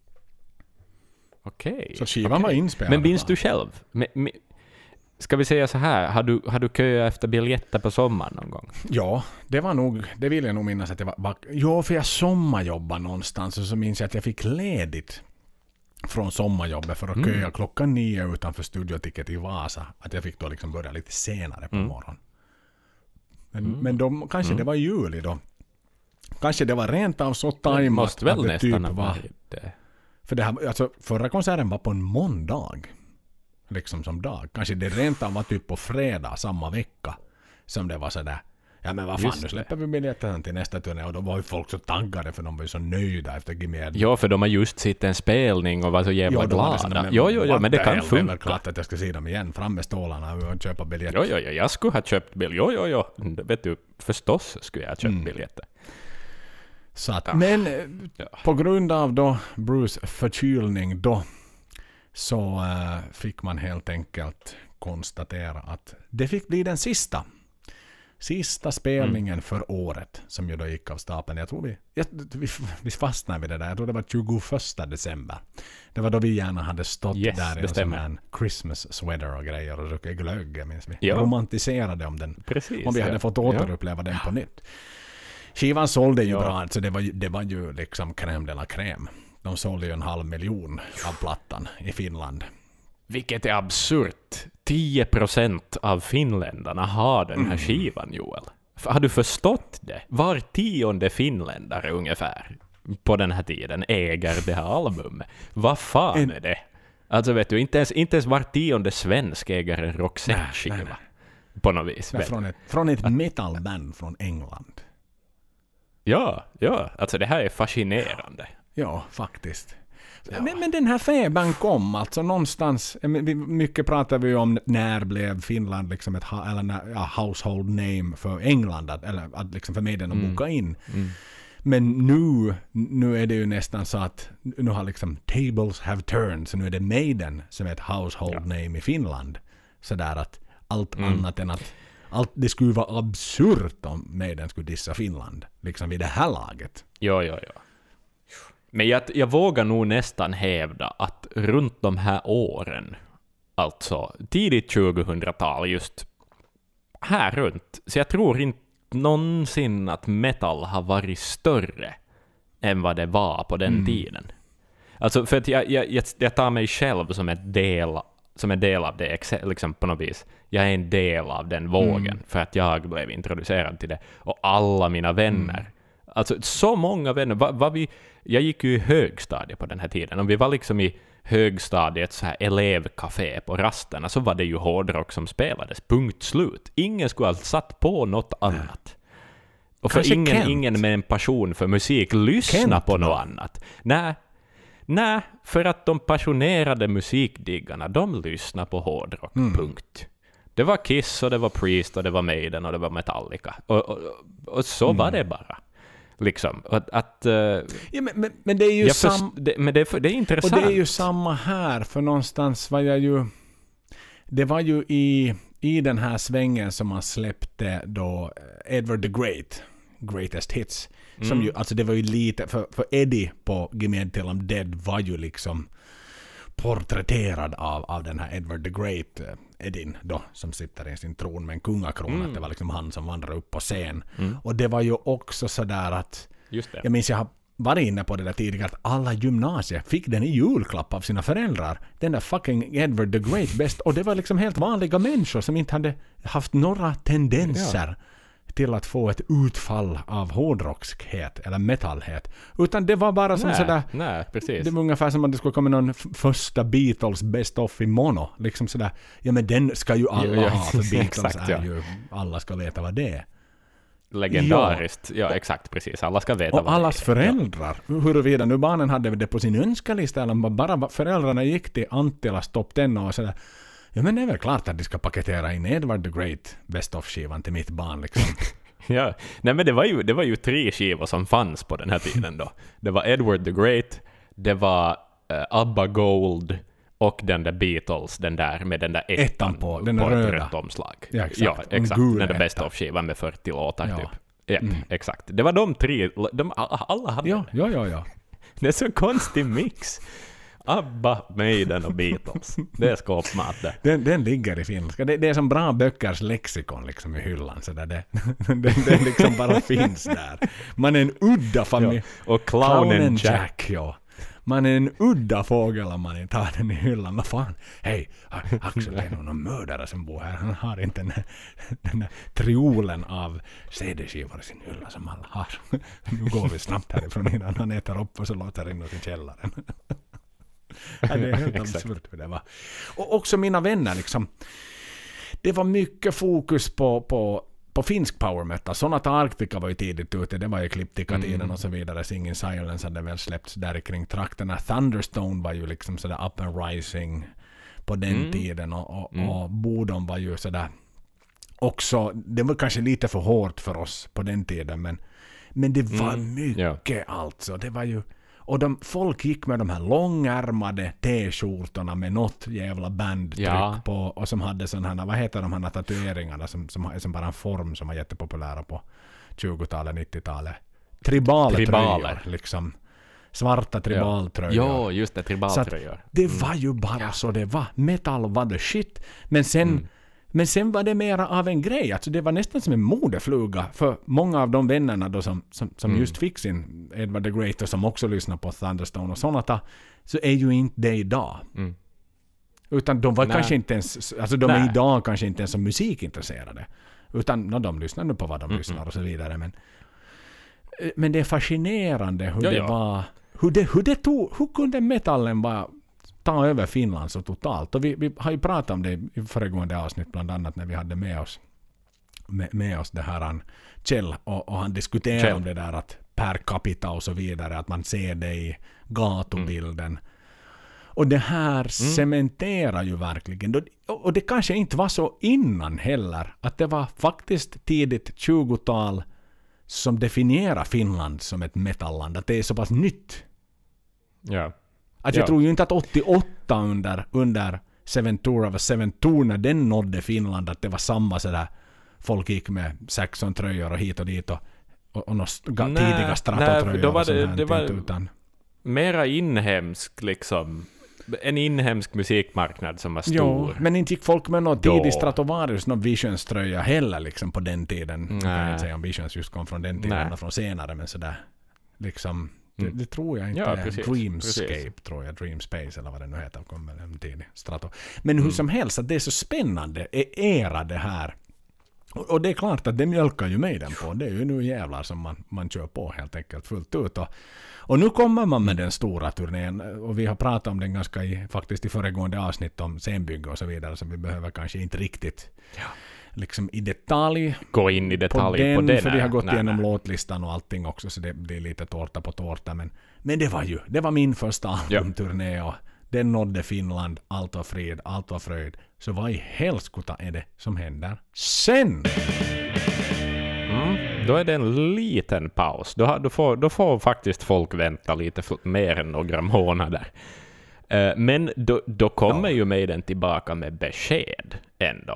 Okej.
Så skivan var inspelad.
Men minns du själv? Ska vi säga så här, har du köat efter biljetter på sommaren någon gång?
Ja, det vill jag nog minnas att det var. Ja, för jag sommarjobbade någonstans och så minns jag att jag fick ledigt från sommarjobbet för att köa 9:00 utanför Studioticket i Vasa. Att jag fick då liksom börja lite senare på morgonen. Men då, kanske det var juli då. Kanske det var rent av så tajmat
att
det typ var... För det här, alltså, förra konserten var på en måndag. Liksom som dag. Kanske det rent av var typ på fredag samma vecka. Som det var sådär. Ja men vad fan, nu släpper vi biljetten till nästa turné. Och då var ju folk så taggade för de var ju så nöjda efter Gimed.
Ja, för de har just sitt en spelning och var så jävla glada. Jo, men det kan funka. Det är
klart att jag ska se dem igen. Fram med stålarna och köpa biljetter.
Jo, jag skulle ha köpt biljetter. Jo. Vet du, förstås skulle jag ha köpt biljetter.
Så att, men på grund av då Bruce förkylning då så fick man helt enkelt konstatera att det fick bli den sista spelningen för året som ju då gick av stapeln. Jag tror vi fastnade vid det där. Jag tror det var 21 december. Det var då vi gärna hade stått där i en sån här Christmas sweater och grejer och druckit glögg, minns vi. Ja. Romantiserade om den.
Precis,
om vi hade fått återuppleva den på nytt. Skivan sålde ju bra, så det var ju liksom crème de la crème. De sålde ju 500 000 av plattan i Finland.
Vilket är absurt. 10% av finländarna har den här skivan, Joel. Har du förstått det? Var 10:e finländare ungefär på den här tiden äger det här albumet. Vad fan är det? Alltså vet du, inte ens var 10:e svensk äger en Roxette-skiva. På något vis.
Från ett metalband från England.
Ja, alltså det här är fascinerande.
Ja, faktiskt. Ja. Men den här febern kom alltså någonstans, mycket pratar vi om när blev Finland liksom ett household name för England, eller att liksom för Maiden att boka in. Men nu är det ju nästan så att nu har liksom tables have turned, så nu är det Maiden som är ett household name i Finland. Så där att allt annat än att det skulle vara absurt om Maiden skulle dissa Finland liksom vid det här laget.
Ja. Men jag vågar nog nästan hävda att runt de här åren, alltså tidigt 2000-tal, just här runt, så jag tror inte någonsin att metal har varit större än vad det var på den tiden. Alltså för att jag tar mig själv som en del av det, liksom på något vis. Jag är en del av den vågen för att jag blev introducerad till det. Och alla mina vänner. Alltså så många vänner. Jag gick ju i högstadiet på den här tiden. Om vi var liksom i högstadiet så här elevcafé på rasterna, så var det ju hårdrock som spelades. Punkt slut. Ingen skulle ha satt på något annat. Och för ingen med en passion för musik lyssna på något annat. Nej, för att de passionerade musikdiggarna, de lyssnar på hårdrock. Punkt. Det var Kiss och det var Priest och det var Maiden och det var Metallica. Och så var det bara. Liksom.
Men det är ju
det är intressant.
Och det är ju samma här, för någonstans var jag ju... Det var ju i den här svängen som man släppte då Edward the Greatest Hits. Som ju, alltså det var ju lite... För Eddie på Gimed Till I'm Dead var ju liksom porträtterad av den här Edward the Great, Edin då, som sitter i sin tron med en kungakrona. Att det var liksom han som vandrar upp på scen. Och det var ju också sådär att...
Just det.
Jag minns jag har varit inne på det där tidigare, att alla gymnasier fick den i julklapp av sina föräldrar. Den där fucking Edward the Great best. Och det var liksom helt vanliga människor som inte hade haft några tendenser till att få ett utfall av hårdrockskhet eller metallhet. Utan det var bara som sådär...
Nej, precis.
Det var ungefär som att det skulle komma någon första Beatles best of i mono. Liksom sådär. Ja, men den ska ju alla ha. För Beatles exakt, är ju... Alla ska veta vad det är.
Legendariskt. Ja, exakt, precis. Alla ska veta
och vad allas det är. Föräldrar. Huruvida nu barnen hade det på sin önskelista eller bara föräldrarna gick till Anttilas topp 10 och sådär. Ja, men det är väl klart att de ska paketera in Edward the Great Best of-skivan till mitt barn liksom.
Ja, nej men det var ju 3 skivor som fanns på den här tiden då. Det var Edward the Great, det var ABBA Gold och den där Beatles, den där med den där ettan
på den
ett
röda
rött omslag.
Ja, exakt.
Ja, exakt.
Gul
Den där
etta.
best of skivan med 40 låtar
Ja.
typ. Ja, exakt. Det var de tre, alla hade
Ja,
det.
ja.
Det är så konstig mix. ABBA, Maiden och Beatles. Det är skåpmat det.
Den ligger i finska. Det är som bra böckers lexikon liksom i hyllan. Så där det liksom bara finns där. Man är en udda familj.
Ja. Och Clownen Jack.
Ja. Man är en udda fågel om man inte har den i hyllan. Vad fan? Hej, Axel är någon mördare som bor här. Han har inte den där triolen av CD-skivor i sin hylla som alla har. Nu går vi snabbt härifrån innan han äter upp och så låter in oss i källaren. Ja, det är helt absurt för det var. Och också mina vänner liksom. Det var mycket fokus på finsk power metal. Sonata Arctica var ju tidigt ute. Det var ju Ecliptica-tiden och så vidare. Singing Silence hade väl släppts där kring trakterna. Thunderstone var ju liksom sådär up and rising på den tiden. Och Bodom var ju sådär också, det var kanske lite för hårt för oss på den tiden. Men det var mycket alltså. Det var ju. Och folk gick med de här långärmade t-skjortorna med något jävla bandtryck på och som hade sådana här, vad heter de här tatueringarna som är som bara en form som var jättepopulära på 20-talet, 90-talet. Tribaltröjor liksom. Svarta tribaltröjor.
Ja, just det, tribaltröjor.
Det var ju bara så det var. Metal var the shit. Men sen var det mera av en grej. Alltså det var nästan som en modefluga för många av de vännerna då som just fick sin Edward the Great och som också lyssnar på Thunderstone och sådana, så är ju inte det idag. Utan de var kanske inte ens, alltså de är idag kanske inte ens som musikintresserade. Utan de lyssnar nu på vad de lyssnar och så vidare. Men det är fascinerande hur det var. Hur kunde metallen bara ta över Finland så totalt. Och vi har ju pratat om det i föregående avsnitt bland annat när vi hade med oss det här Kjell och han diskuterade om det där att per capita och så vidare, att man ser det i gatubilden. Och det här cementerar ju verkligen. Och det kanske inte var så innan heller, att det var faktiskt tidigt 20-tal som definierar Finland som ett metalland, att det är så pass nytt.
Ja.
Att jag tror ju inte att 88 under Seven Tour of a Seven Tour när den nådde Finland, att det var samma sådär, folk gick med Saxon-tröjor och hit och dit och tidiga Strato-tröjor och sånt.
Det var utan mera inhemsk liksom, en inhemsk musikmarknad som var stor.
Jo, men inte gick folk med någon tidig Stratovarius, någon Visions-tröja heller liksom på den tiden. Jag kan inte säga om Visions just kom från den tiden eller från senare, men sådär liksom. Det tror jag inte.
Ja, precis,
Dreamscape tror jag. Dreamspace eller vad det nu heter. Kommer en tidig Strato. Men hur som helst, att det är så spännande era det här. Och det är klart att det mjölkar ju mig den på. Det är ju nu jävlar som man kör på helt enkelt fullt ut. Och nu kommer man med den stora turnén. Och vi har pratat om den ganska faktiskt i föregående avsnitt om scenbygge och så vidare. Så vi behöver kanske inte riktigt liksom i detalj
gå in i detalj
på den, för vi har gått igenom låtlistan och allting också, så det är lite tårta på tårta, men det var min första albumturné och den nådde Finland, allt var frid, allt var fröjd. Så vad i helskotta är det som händer sen?
Då är det en liten paus. Då får faktiskt folk vänta lite mer än några månader. Men då kommer ju Maiden tillbaka med besked ändå.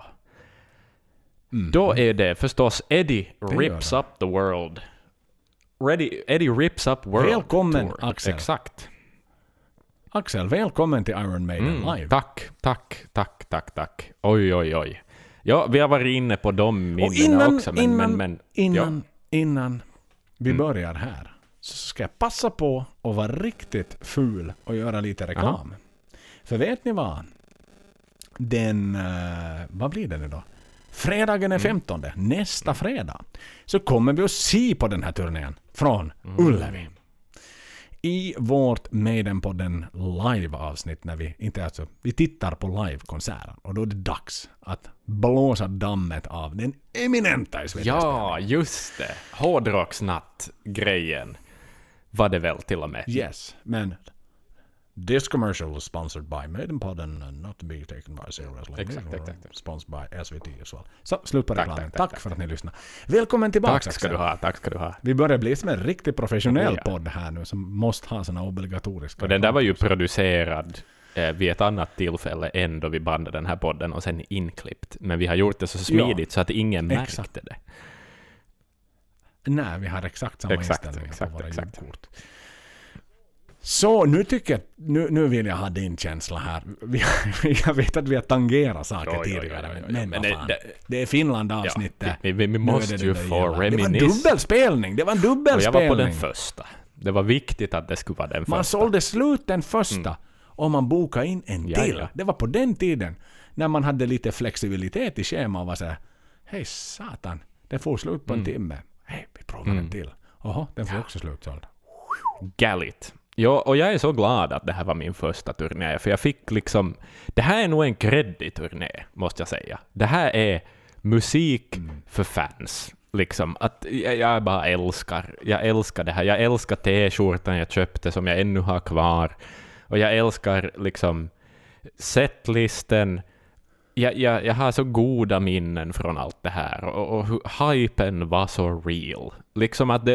Då är det förstås Eddie Rips Up the World. Eddie Rips Up World.
Välkommen
Tour.
Axel.
Exakt.
Axel, välkommen till Iron Maiden live.
Tack. Oj. Ja, vi har varit inne på de minnena också.
Innan vi börjar här så ska jag passa på att vara riktigt ful och göra lite reklam. Aha. För vet ni vad? Vad blir det nu då? Fredagen är 15. Nästa fredag så kommer vi att se på den här turnén från Ullevi. I vårt Maiden-podden live-avsnitt när vi tittar på live-konserten. Och då är det dags att blåsa dammet av den eminenta i Sverige.
Ja, just det. Hårdrocksnatt-grejen var det väl till och med.
Yes, men This commercial was sponsored by Maidenpodden and not to be taken by seriously.
Exakt.
Sponsored by SVT as well. Så, slut på reklamen. Tack för att ni lyssnar. Välkommen tillbaka.
Tack ska du ha.
Vi börjar bli som en riktigt professionell podd här nu som måste ha såna obligatoriska.
Och den där var ju producerad vid ett annat tillfälle än då vi bandade den här podden och sen inklippt. Men vi har gjort det så smidigt så att ingen märkte det.
Nej, vi har exakt samma inställning på våra ljudkort. Så nu tycker jag, nu vill jag ha din känsla här. Jag vet att vi har tangerat saker tidigare. Men det är Finland-avsnittet.
Vi måste ju få reminisce.
Det var en dubbelspelning.
Och jag var på den första. Det var viktigt att det skulle vara den första.
Man sålde slut den första och man bokade in en till. Ja. Det var på den tiden när man hade lite flexibilitet i schema och var så här, hej satan, det får slut på en timme. Hej, vi provar en till. Jaha, den får också slutsåld.
Galit. Ja, och jag är så glad att det här var min första turné, för jag fick liksom, det här är nog en kreddig turné, måste jag säga. Det här är musik för fans. Liksom, att jag bara jag älskar det här. Jag älskar t-skjortan jag köpte som jag ännu har kvar. Och jag älskar liksom setlisten. Jag har så goda minnen från allt det här. Och hypen var så real. Liksom att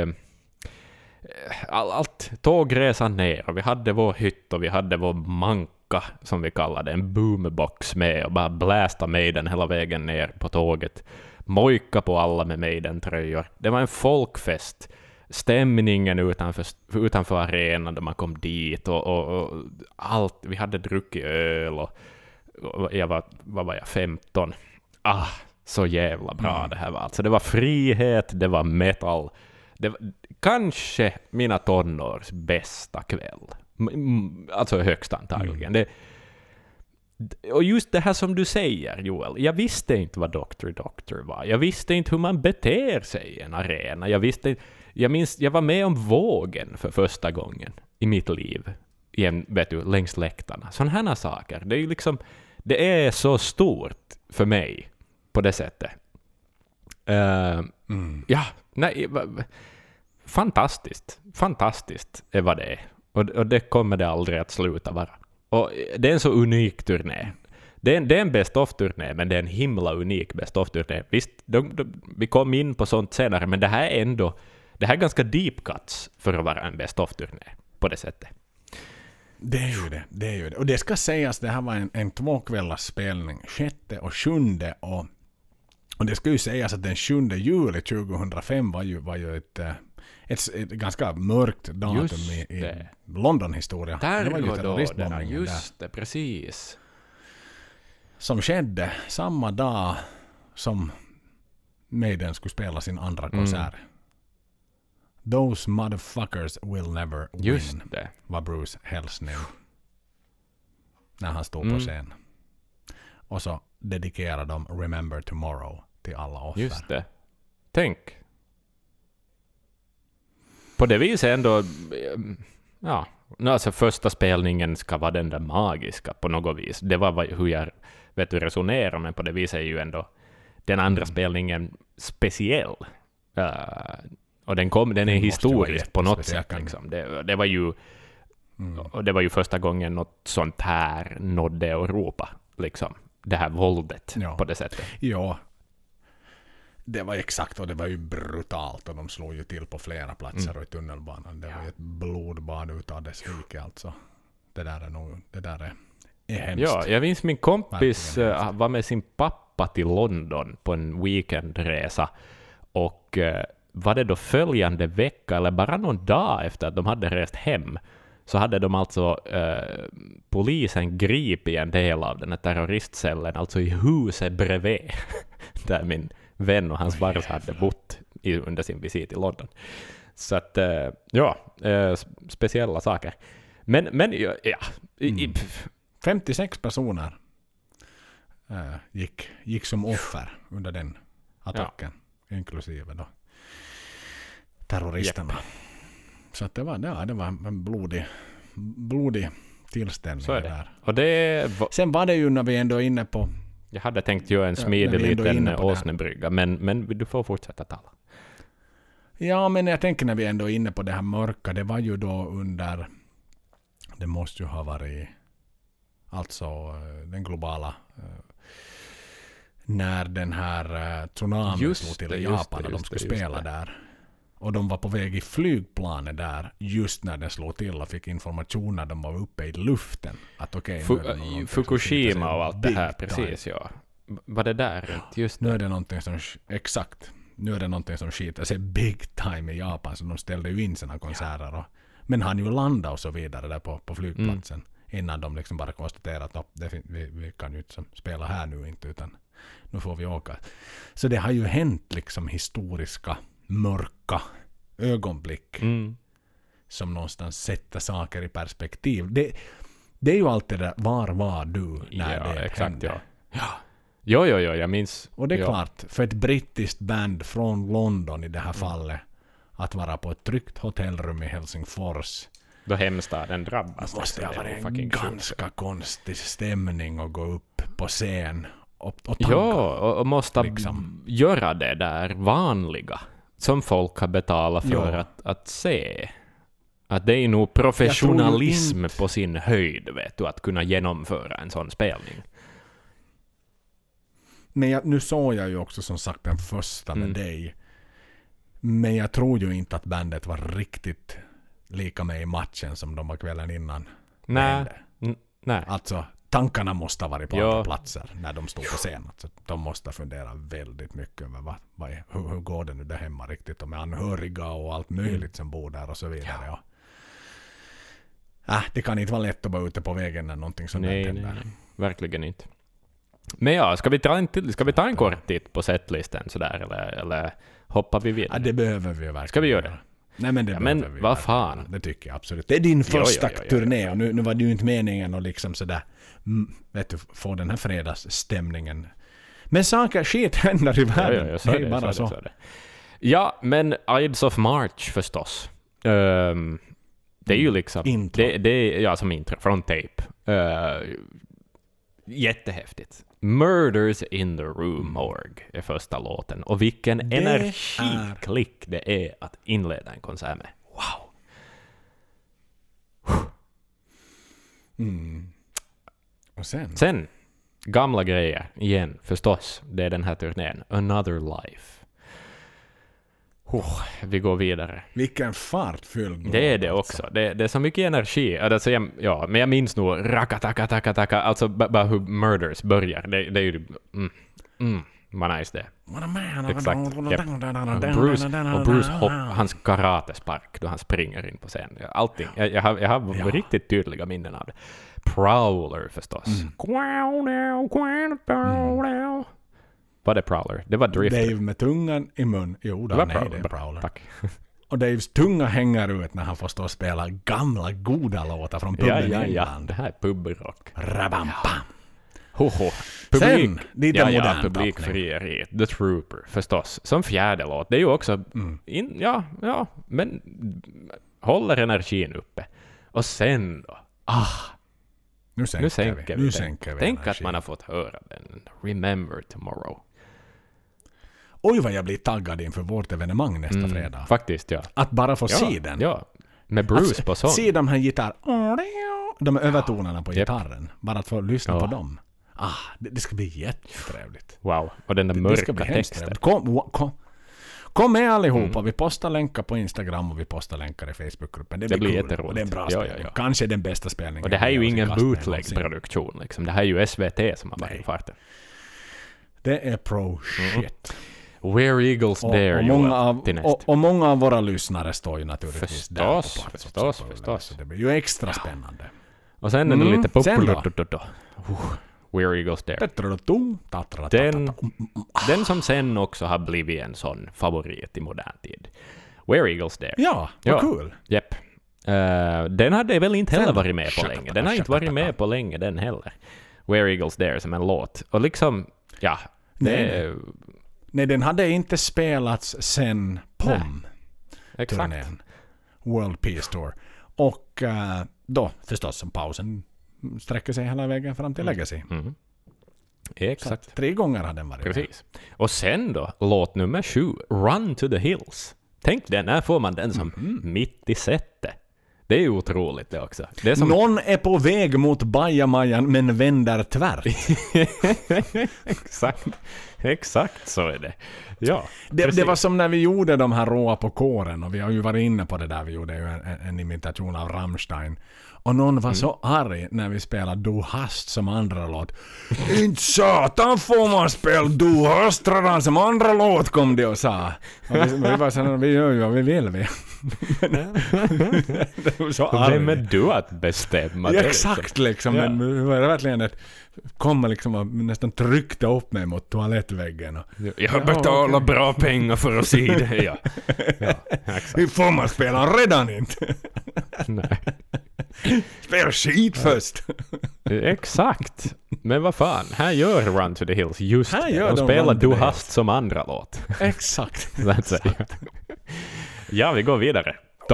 allt tågresan ner och vi hade vår hytt och vi hade vår manka som vi kallade en boombox med och bara blästa Maiden hela vägen ner på tåget, mojka på alla med Maiden-tröjor. Det var en folkfest. Stämningen utanför arenan då man kom dit och allt. Vi hade druckit öl och vad var jag, 15. Så jävla bra det här var. Alltså det var frihet, det var metal. Det var kanske mina tonårs bästa kväll. Alltså högst antagligen. Och just det här som du säger, Joel. Jag visste inte vad Dr. var. Jag visste inte hur man beter sig i en arena. Jag var med om vågen för första gången i mitt liv. Längs läktarna. Sådana här saker. Det är ju liksom, det är så stort för mig på det sättet. Fantastiskt är vad det är. Och det kommer det aldrig att sluta vara. Och det är en så unik turné. Det är en best of-turné, men det är en himla unik best of-turné. Visst, vi kom in på sånt senare, men det här är ganska deep cuts för att vara en best of-turné på det sättet.
Det är ju det. Och det ska sägas, det här var en 2-kvällars spelning, 6 och 7 och det ska ju sägas att den 7 juli 2005 var ju ett ganska mörkt datum i London-historia.
Det var ju terroristbombningen. Just det, precis.
Som skedde samma dag som Maiden skulle spela sin andra konsert. Those motherfuckers will never win.
Just det.
Var Bruce hälsning när han stod på scen. Och så dedikerade de Remember Tomorrow till alla offer.
Just det. Tänk. På det viset ändå, alltså första spelningen ska vara den där magiska på något vis. Det var hur jag resonerar, men på det viset är ju ändå den andra spelningen speciell. Och den är historisk på något sätt. Liksom. Det var ju och det var ju första gången något sånt här nådde Europa. Liksom. Det här våldet på det sättet.
Ja. Det var exakt, och det var ju brutalt och de slog ju till på flera platser och i tunnelbanan. Det var ju ett blodbad utav dess rike alltså. Det där är hemskt.
Ja, jag minns min kompis var med sin pappa till London på en weekendresa och var det då följande vecka eller bara någon dag efter att de hade rest hem så hade de alltså polisen gripit en del av den här terroristcellen, alltså i huset bredvid där min vän och hans fars hade bott under sin visit i London. Så att, speciella saker. Men
56 personer gick som offer under den attacken, inklusive då terroristerna. Yep. Så att det var en blodig tillställning.
Så är det.
Där. Sen var det ju när vi ändå är inne på...
Jag hade tänkt göra en smidig liten åsnebrygga, men du får fortsätta tala.
Ja, men jag tänker när vi ändå är inne på det här mörka, det var ju då under det måste ju ha varit alltså den globala när den här tsunamin slog till i Japan och de skulle spela där. Och de var på väg i flygplanet där just när den slog till och fick information när de var uppe i luften. Att
Fukushima och allt det här, precis ja. Var det där? Just
nu är det någonting som, exakt. Nu är det någonting som skiter sig big time i Japan så de ställde ju in sina konserter. Och, men han ju landade och så vidare där på flygplatsen innan de liksom bara konstaterade att vi kan ju inte spela här nu inte utan nu får vi åka. Så det har ju hänt liksom historiska mörka ögonblick som någonstans sätter saker i perspektiv. Det är ju alltid det där, var du när det
exakt,
hände?
Ja, jag minns.
Och det är klart, för ett brittiskt band från London i det här fallet att vara på ett tryggt hotellrum i Helsingfors.
Då hemstaden drabbas.
Det måste ha varit en ganska konstig stämning att gå upp på scen och tagga.
Ja, och måste liksom göra det där vanliga som folk har betalat för att se. Att det är nog professionalism på sin höjd, vet du, att kunna genomföra en sån spelning.
Men nu såg jag ju också som sagt den första med dig. Men jag tror ju inte att bandet var riktigt lika med i matchen som de var kvällen innan.
Nej.
Alltså, tankarna måste ha varit på andra platser när de stod på scen. Alltså, de måste fundera väldigt mycket över hur går det nu där hemma riktigt och med anhöriga och allt möjligt som bor där och så vidare. Ja. Det kan inte vara lätt att vara ute på vägen när någonting sånt händer.
Nej, verkligen inte. Men ja, ska vi ta en kort titt på setlisten sådär eller hoppar vi vidare?
Ja, det behöver vi verkligen.
Ska vi göra det?
Nej, men det behöver vi.
Vad fan?
Det tycker jag absolut. Det är din första turné och nu var det ju inte meningen att liksom sådär vet du, få den här fredagsstämningen. Men skit händer i världen.
Ja, det är bara så. Ja, men Ides of March förstås. Det är ju liksom det är som intro från Tape. Jättehäftigt. Murders in the Room Morgue är första låten. Och vilken energiklick det är att inleda en konsert med. Wow.
Och sen
gamla grejer igen förstås. Det är den här turnén. Another Life. Vi går vidare.
Vilken fartfylld.
Det är det också. Det är så mycket energi. Alltså, men jag minns nog rakatakataka. Alltså bara hur Murders börjar. Det är ju vad nice det. Exakt. Yep. Bruce hans karatespark då han springer in på scen. Allting. Jag har riktigt tydliga minnen av det. Prowler förstås. Var det Prowler? Det var Drifter.
Dave med tungan i mun. Jo, det är Prowler. Tack. Och Daves tunga hänger ut när han får stå och spela gamla goda låtar från puben i England.
Det här är pubrock.
Rabam-bam.
Publik.
Sen, lite modern
publikfrieri. The Trooper, förstås. Som fjärde låt. Det är ju också men håller energin uppe. Och sen då. Nu sänker vi den. Tänk att man har fått höra den. Remember Tomorrow.
Oj vad jag blir taggad inför vårt evenemang nästa fredag.
Faktiskt, ja.
Att bara få se den.
Ja, med Bruce på sång.
Se de här de övertonerna på gitarren. Bara att få lyssna på dem. Det ska bli jättetrevligt.
Wow, och den där mörka texten.
Kom med allihopa. Vi postar länkar på Instagram och vi postar länkar i Facebookgruppen. Det blir
jätteroligt.
Det är en bra spelning. Kanske den bästa spelningen.
Och det här är ju ingen bootleg-produktion. Liksom. Det här är ju SVT som har varit i farten.
Det är pro-shit.
Where Eagles Dare.
Och många av våra lyssnare står ju naturligtvis där på plats.
Förstås.
Så det blir ju extra spännande.
Och sen är det lite populärt. Where Eagles Dare. Den som sen också har blivit en sån favorit i modern tid. Where Eagles Dare.
Ja, vad cool.
Japp. Den hade väl inte heller varit med på länge. Den har inte varit med på länge den heller. Where Eagles Dare som en låt. Och liksom,
Nej, den hade inte spelats sen POM-turnén. World Peace Tour. Och då förstås som pausen sträcker sig hela vägen fram till Legacy.
Exakt.
3 gånger hade den varit.
Precis. Och sen då, låt nummer 7, Run to the Hills. Tänk det, när får man den som mitt i sättet? Det är ju otroligt det också. Det är som...
Någon är på väg mot bajamajan men vänder tvärt.
Exakt så är det. Ja,
det var som när vi gjorde de här råa på kåren, och vi har ju varit inne på det där, vi gjorde ju en imitation av Rammstein. Och någon var så arg när vi spelade Du hast som andra låt. Inte satan får man spela Du hast redan som andra låt, kom det och sa. Och vi var så, vi gör ju vad vi vill. Det var så arg.
Vem är du att bestämma det?
Exakt liksom. Ja. Men det var verkligen ett kommer liksom och nästan tryckte upp mig mot toalettväggen. Och,
jag har betalat bra pengar för att se det. Ja, exakt.
Hur får man spela redan inte?
Nej.
Spela skit först.
Exakt. Men vad fan, här gör Run to the Hills just
här
det. De spelar Du hast som andra låt.
Exakt.
Ja, vi går vidare.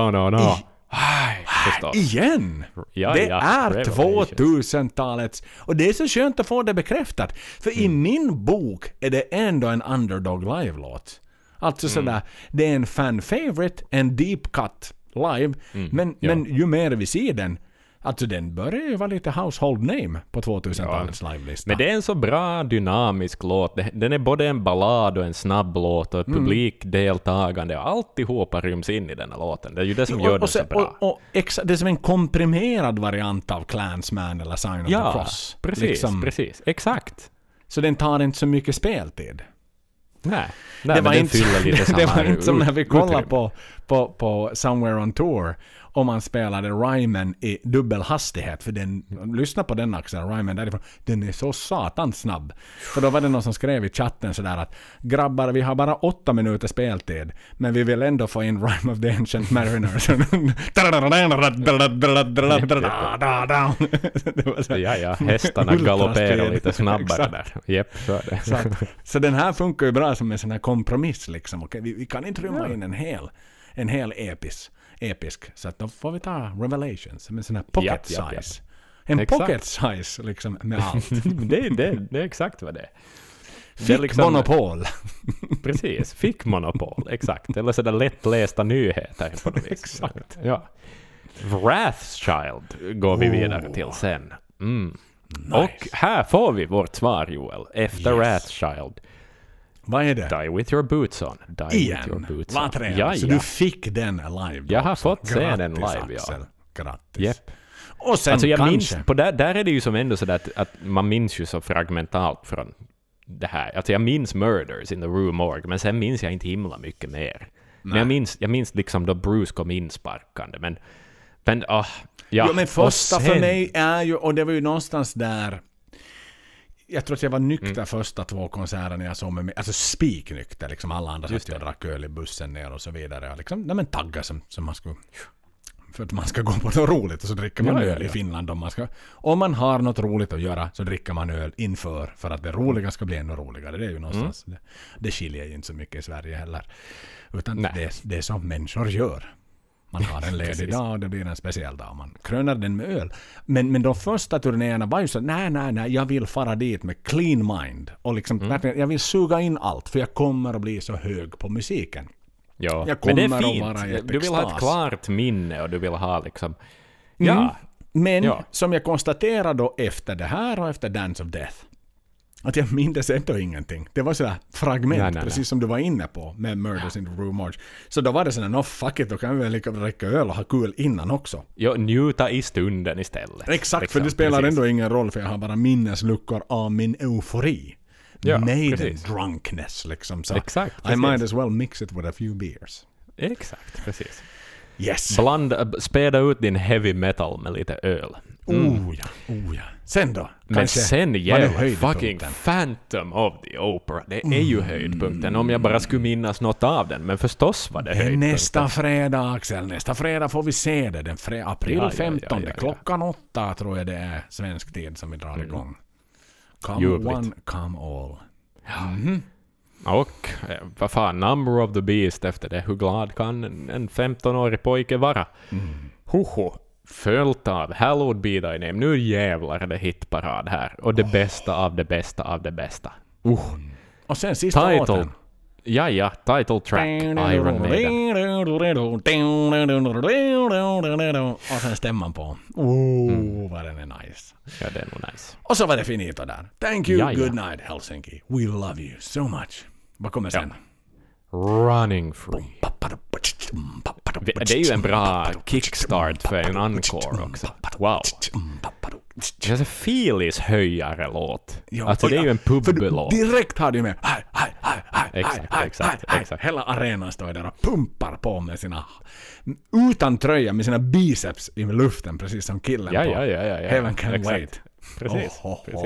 Igen! Det är 2000-talets, och det är så skönt att få det bekräftat. För i min bok är det ändå en Underdog live-låt. Alltså sådär, det är en fan-favorite, en deep cut live, men ju mer vi ser den, alltså den börjar ju vara lite household name på 2000-talets live-lista.
Men det är en så bra dynamisk låt. Den är både en ballad och en snabb låt och ett publikdeltagande, och alltihopa ryms in i den här låten. Det är ju det som gör den så bra.
Och det är som en komprimerad variant av Clansman eller Sign of the Cross.
Precis,
liksom.
Precis. Exakt.
Så den tar inte så mycket speltid.
Nej, det var inte,
det var inte som när vi kollade på Somewhere on Tour, om man spelade Ryman i dubbel hastighet, för den, lyssna på den Axel, Ryman därifrån, den är så satans snabb. För då var det någon som skrev i chatten sådär att grabbar, vi har bara 8 minuter speltid, men vi vill ändå få in Rime of the Ancient Mariners.
Ja, hästarna galopperar lite snabbare där. Jepp, så är det.
Så den här funkar ju bra som en sån här kompromiss liksom. Okej, vi kan inte rymma in en hel episk. Så att då får vi ta Revelations med sån här pocket size. En
exakt.
Pocket size liksom med allt.
det är exakt vad det är.
Fick liksom monopol.
Precis, fick monopol, exakt. Eller sådär lättlästa nyheter på något vis.
Exakt.
Ja. Wrathchild går vi vidare till sen. Nice. Och här får vi vårt svar, Joel, efter Wrathchild.
Vad är det?
Die with your boots on.
Igen. Ja. Så du fick den live.
Jag har fått se den live,
Axel. Grattis.
Yep.
Och sen
alltså jag
kanske...
minns, på där är det ju som ändå så att man minns ju så fragmentalt från det här. Alltså jag minns Murders in the Rue Morgue, men sen minns jag inte himla mycket mer. Nej. Men jag minns liksom då Bruce kom in sparkande, men ja.
Jo, men första för mig är ju, och det var ju någonstans där, jag tror att jag var nykter första 2 konserterna jag såg med mig, alltså spiknykter, liksom alla andra satt jag drack öl i bussen ner och så vidare, liksom, taggar som man skulle, för att man ska gå på något roligt, och så dricker man öl i Finland om man har något roligt att göra, så dricker man öl inför, för att det roliga ska bli ännu roligare. Det är ju någonstans, det skiljer ju inte så mycket i Sverige heller, utan det är som människor gör. Man har en ledig dag och det blir en speciell dag. Man krönar den med öl. Men de första turnéerna var ju så, nej, jag vill fara dit med clean mind. Och liksom, jag vill suga in allt, för jag kommer att bli så hög på musiken.
Ja,
jag
men det är fint. Du vill ha ett klart minne, och du vill ha liksom...
Men som jag konstaterade då efter det här och efter Dance of Death, att jag minns ändå ingenting. Det var sådär fragment, precis som du var inne på med Murders in the Rue Morgue. Så då var det sådär, fuck it, då kan vi väl dricka öl och ha kul innan också.
Ja, njuta i stunden istället.
Exakt, liksom, för det spelar ändå ingen roll, för jag har bara minnesluckor av min eufori. Maiden drunkness, liksom. Så
exakt,
I might as well mix it with a few beers.
Exakt, precis.
Yes.
Späda ut din heavy metal med lite öl.
Oh ja. Sen då?
Men sen fucking Phantom of the Opera. Det är ju höjdpunkten, om jag bara skulle minnas något av den. Men förstås var det höjdpunkten.
Nästa fredag, Axel. Nästa fredag får vi se det. Den april 15. Klockan 8 tror jag det är svensk tid som vi drar igång. Come one, come all.
Och vad fan, Number of the Beast efter det. Hur glad kan en 15-årig pojke vara? Följt av Hallowed Be Thy Name. Nu jävlar är det hitparad här. Och det bästa av det bästa av det bästa.
Och sen sista låten.
Title track, Iron Maiden.
Och sen stämman på. Vad den är nice.
Ja, det är nog nice.
Och så var det finito där. Thank you,
Jaja.
good night Helsinki. We love you so much. Vad kommer sen?
Running Free. Det är ju en bra kickstart för en encore också. Wow. Det är en Feelies-höjare låt.
Ja,
Alltså det är ju en pubbelåt.
Direkt har du med
Exakt.
Hela arenan står där och pumpar på med sina utan tröja med sina biceps i luften precis som killen
Ja.
Heaven Can
Exakt.
Wait.
Precis.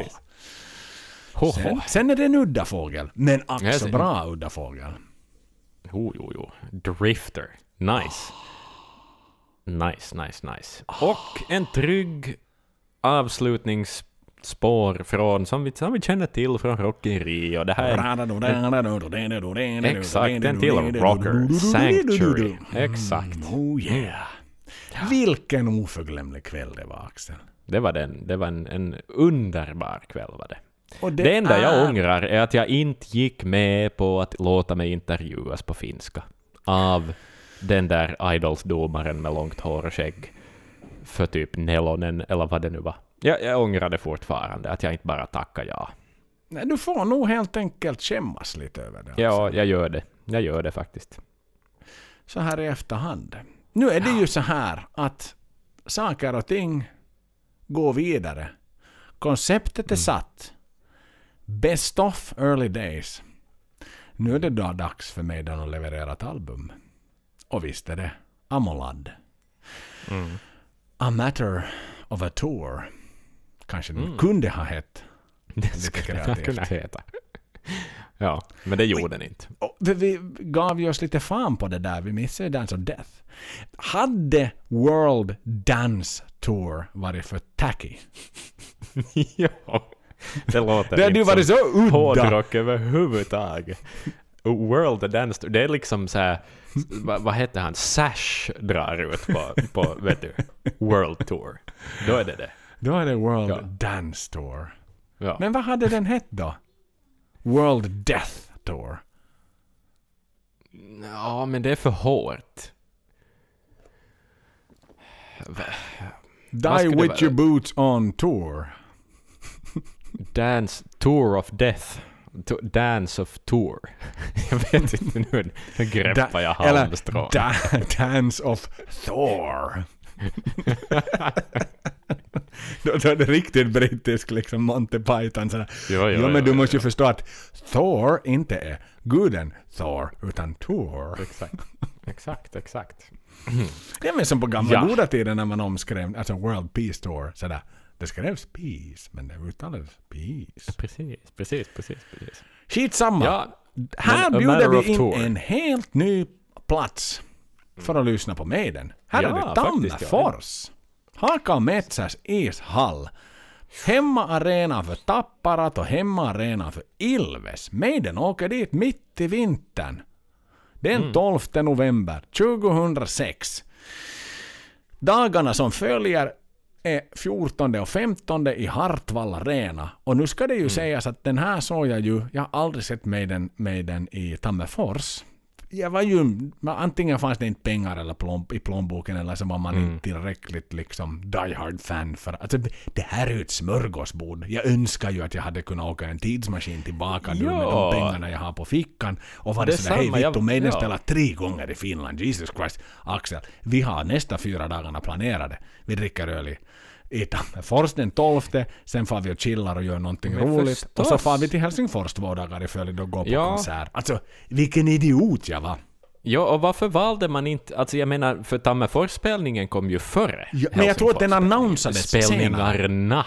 Sen är det en udda fågel, men
Ja,
också bra udda fågel.
Jo. Drifter. Nice. Nice. Och en trygg avslutningsspår från som vi känner till från Rocky in Rio. Det här är exakt en till rocker. Sanctuary. Exakt.
Oh yeah. Vilken oförglömlig kväll det var, Axel.
Det var en underbar kväll var det.
Och
Det enda jag ångrar är att jag inte gick med på att låta mig intervjuas på finska av den där Idols-domaren med långt hår och skägg för typ Nelonen eller vad det nu var. Jag ångrar det fortfarande att jag inte bara tackar ja.
Nej, du får nog helt enkelt skämmas lite över det.
Ja, jag gör det. Jag gör det faktiskt.
Så här i efterhand. Nu är det ju så här att saker och ting går vidare. Konceptet är satt. Best of early days. Nu är det då dags för mig att leverera ett album. Och visst är det Amolad. A Matter of a Tour. Kanske den kunde ha hett.
Det skulle jag kunna heta. Ja, men det gjorde den inte.
Vi gav ju oss lite fan på det där. Vi missade Dance of Death. Hade World Dance Tour varit för tacky?
Ja, det låter
Det hade ju varit så udda.
hårdrock överhuvudtaget. World Dance Tour, det är liksom så här, vad heter han? Sash drar ut på vet du, World Tour. Då är det.
Då är det World Dance Tour.
Ja.
Men vad hade den hett då? World Death Tour.
Ja, men det är för hårt.
Die with your boots on tour.
Dance Tour of Death. Dance of Tour. Jag vet inte nu. Greppar jag halmstrå.
Dance of Thor. Då är det riktigt brittisk liksom Monty Python sådär. Ja, men du måste ju förstå att Thor inte är guden Thor utan Thor.
Exakt.
Det är väl som på gamla goda tiden när man omskrev alltså World Peace Tour sådär. Det skrevs peace, men det uttalades peace.
Precis.
Skitsamma.
Ja,
här bjuder vi in en helt ny plats för att lyssna på Maiden. Här är det Tammerfors. Haka Metsas ishall. Hemmaarena för Tapparat och hemmaarena för Ilves. Maiden åker dit mitt i vintern. Den 12 november 2006. Dagarna som följer är 14 och 15 i Hartwall Arena. Och nu ska det ju sägas att den här såg jag har aldrig sett Maiden i Tammerfors. Jag var ju, antingen fanns det inte pengar eller i plånboken eller så var man inte tillräckligt liksom diehard fan för alltså det här är ju ett smörgåsbord. Jag önskar ju att jag hade kunnat åka en tidsmaskin tillbaka nu med de pengarna jag har på fickan och var det sådär, hej Vittu, Maiden spelar 3 gånger i Finland, Jesus Christ. Axel, vi har nästa 4 dagarna planerade. Vi dricker öl i Tammerfors den 12, sen får vi och chillar och gör någonting roligt. Förstås. Och så får vi till Helsingfors 2 dagar i följd och går på konsert. Alltså, vilken idiot jag var.
Ja, och varför valde man inte, alltså jag menar, för Tammerfors-spelningen kom ju före.
Ja, men jag tror att den annonsades
spelningarna.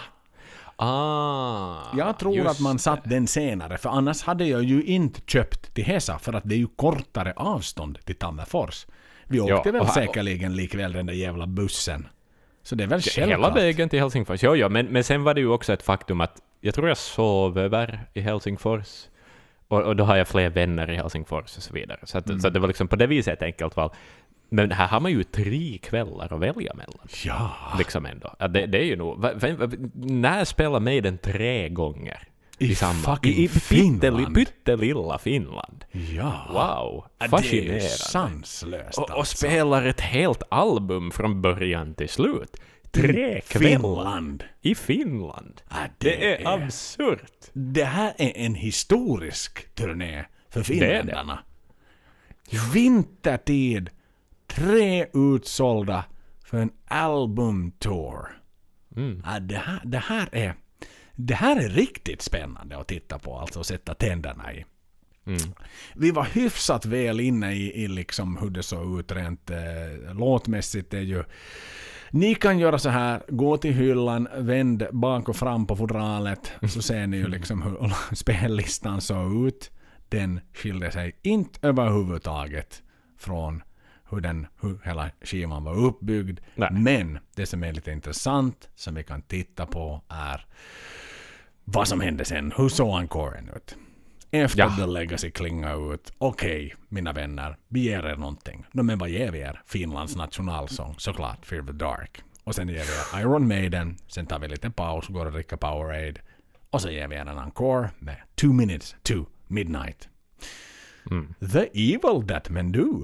Jag tror att man satt den senare, för annars hade jag ju inte köpt till Hesa, för att det är ju kortare avstånd till Tammerfors. Vi åkte väl säkerligen likväl den där jävla bussen. Så det är väl självklart.
Hela vägen till Helsingfors. Ja, men sen var det ju också ett faktum att jag tror jag sov över i Helsingfors. Och då har jag fler vänner i Helsingfors och så vidare. Så det var liksom på det viset ett enkelt val. Men här har man ju 3 kvällar att välja mellan.
Ja.
Liksom ändå. Det är ju nog... När spelar Maiden 3 gånger? i samma...
fucking Finland.
Pyttelilla Finland.
Ja.
Wow,
Det är
fascinerande.
sanslöst
Och
alltså.
spelar ett helt album från början till slut. 3 kvällar
Finland.
i Finland.
Ja,
Det är absurt.
Det här är en historisk turné för
är det.
finländarna. Vintertid, 3 utsålda för en albumtour. Ja, det här är riktigt spännande att titta på, alltså att sätta tänderna i. Vi var hyfsat väl inne i liksom hur det såg ut rent låtmässigt. Det är ju, ni kan göra så här, gå till hyllan, vänd bak och fram på fodralet, så ser ni ju liksom hur spellistan såg ut. Den skilde sig inte överhuvudtaget från hur hela skivan var uppbyggd.
Nej.
Men det som är lite intressant som vi kan titta på är vad som hände sen. Hur såg encoren ut? Efter The Legacy klingar ut. Okej, mina vänner, vi ger er någonting. Men vad ger vi er? Finlands nationalsång, såklart, Fear the Dark. Och sen ger vi er Iron Maiden. Sen tar vi lite paus, går och dricker Powerade. Och så ger vi er en encore med 2 minutes to midnight. The Evil That Men Do.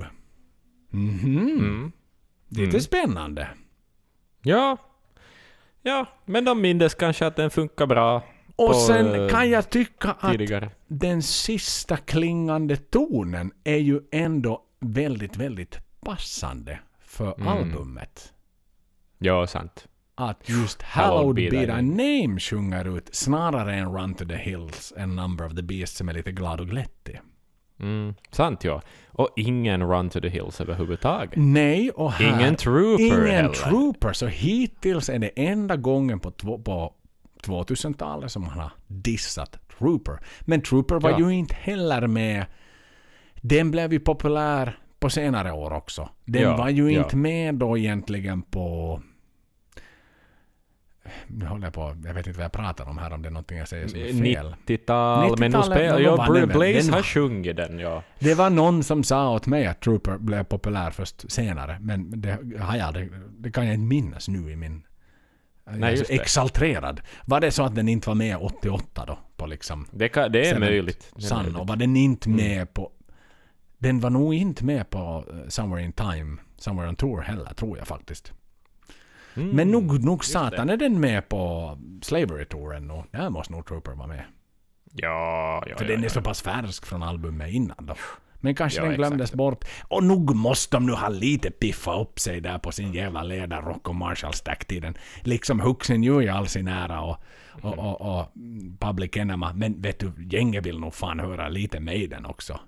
Lite spännande.
Ja, men de mindes kanske att den funkar bra.
Och
på,
sen kan jag tycka att
tidigare.
den sista klingande tonen är ju ändå väldigt, väldigt passande för albumet.
Ja, sant.
Att just Hallowed Be Thy Name sjunger ut snarare än Run to the Hills, en Number of the Beast som är lite glad och glättig.
Sant, ja. Och ingen Run to the Hills överhuvudtaget.
Nej, och här...
Ingen Trooper
Ingen
heller.
Trooper, så hittills är det enda gången på 2000-talet som man har dissat Trooper. Men Trooper var ju inte heller med. Den blev ju populär på senare år också. Den var ju inte med då egentligen på... Nu håller jag på, jag vet inte vad jag pratar om här, om det är någonting jag säger som är fel.
90-tal, men Blaze har sjungit den, ja.
Det var någon som sa åt mig att Trooper blev populär först senare, men det kan jag inte minnas nu i min...
Nej, just det.
Exalterad. Var det så att den inte var med 88 då? På liksom,
det är möjligt.
Sanno, var den inte med på... Den var nog inte med på Somewhere in Time, Somewhere on Tour heller, tror jag faktiskt. Men nog satan är den med på Slavery-touren och där måste nog Trooper vara med.
Ja.
För den är så pass färsk från albumet innan då. Men kanske den glömdes
exakt.
bort. Och nog måste de nu ha lite piffa upp sig där på sin jävla ledarrock och Marshall-stack-tiden. Liksom Huxen ju i all sin ära och Public Enemy. Men vet du, gänget vill nog fan höra lite Maiden också.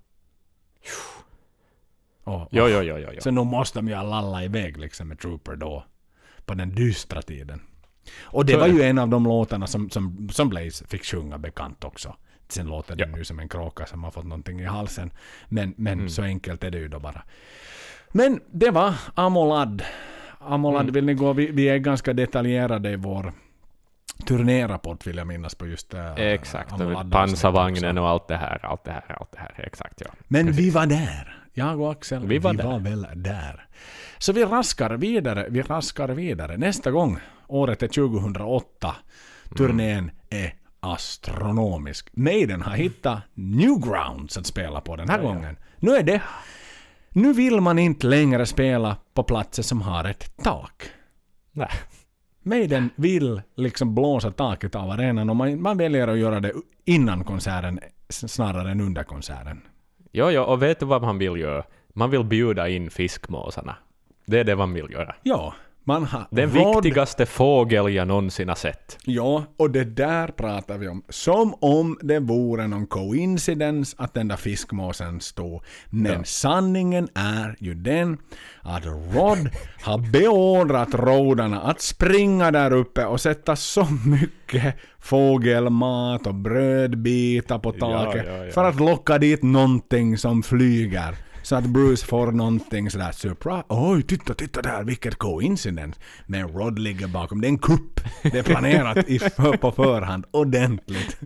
Ja. Så nu måste de ju lalla iväg liksom med Trooper då. På den dystra tiden. Och det var ju en av de låtarna som Blaze fick sjunga bekant också. Sen låter det nu som en kråka som har fått någonting i halsen. Men så enkelt är det ju då bara. Men det var Amolad. Amolad vill ni gå? Vi är ganska detaljerade i vår turnérapport vill jag minnas på just det.
Exakt, pansarvagnen och allt det här. Exakt, ja.
Men vi var där. Jag och Axel, vi var väl där. Så vi raskar vidare. Nästa gång, året är 2008. Turnén är astronomisk. Maiden har hittat Newgrounds att spela på den här gången. Nu vill man inte längre spela på platser som har ett tak.
Nej.
Maiden vill liksom blåsa taket av arenan och man väljer att göra det innan konserten snarare än under konserten.
Ja, och vet du vad man vill göra? Man vill bjuda in fiskmåsarna. Det är det man vill göra.
Ja, man har
den viktigaste fågel jag någonsin har sett.
Ja, och det där pratar vi om. Som om det vore någon coincidence att den där fiskmåsen stod. Men sanningen är ju den att Rod har beordrat rådarna att springa där uppe och sätta så mycket fågelmat och brödbitar på taket för att locka dit någonting som flyger. Så att Bruce får någonting sådär surprise. Oj, titta där, vilket coincidence. Men Rod ligger bakom. Det är en kupp. Det är planerat på förhand. Ordentligt.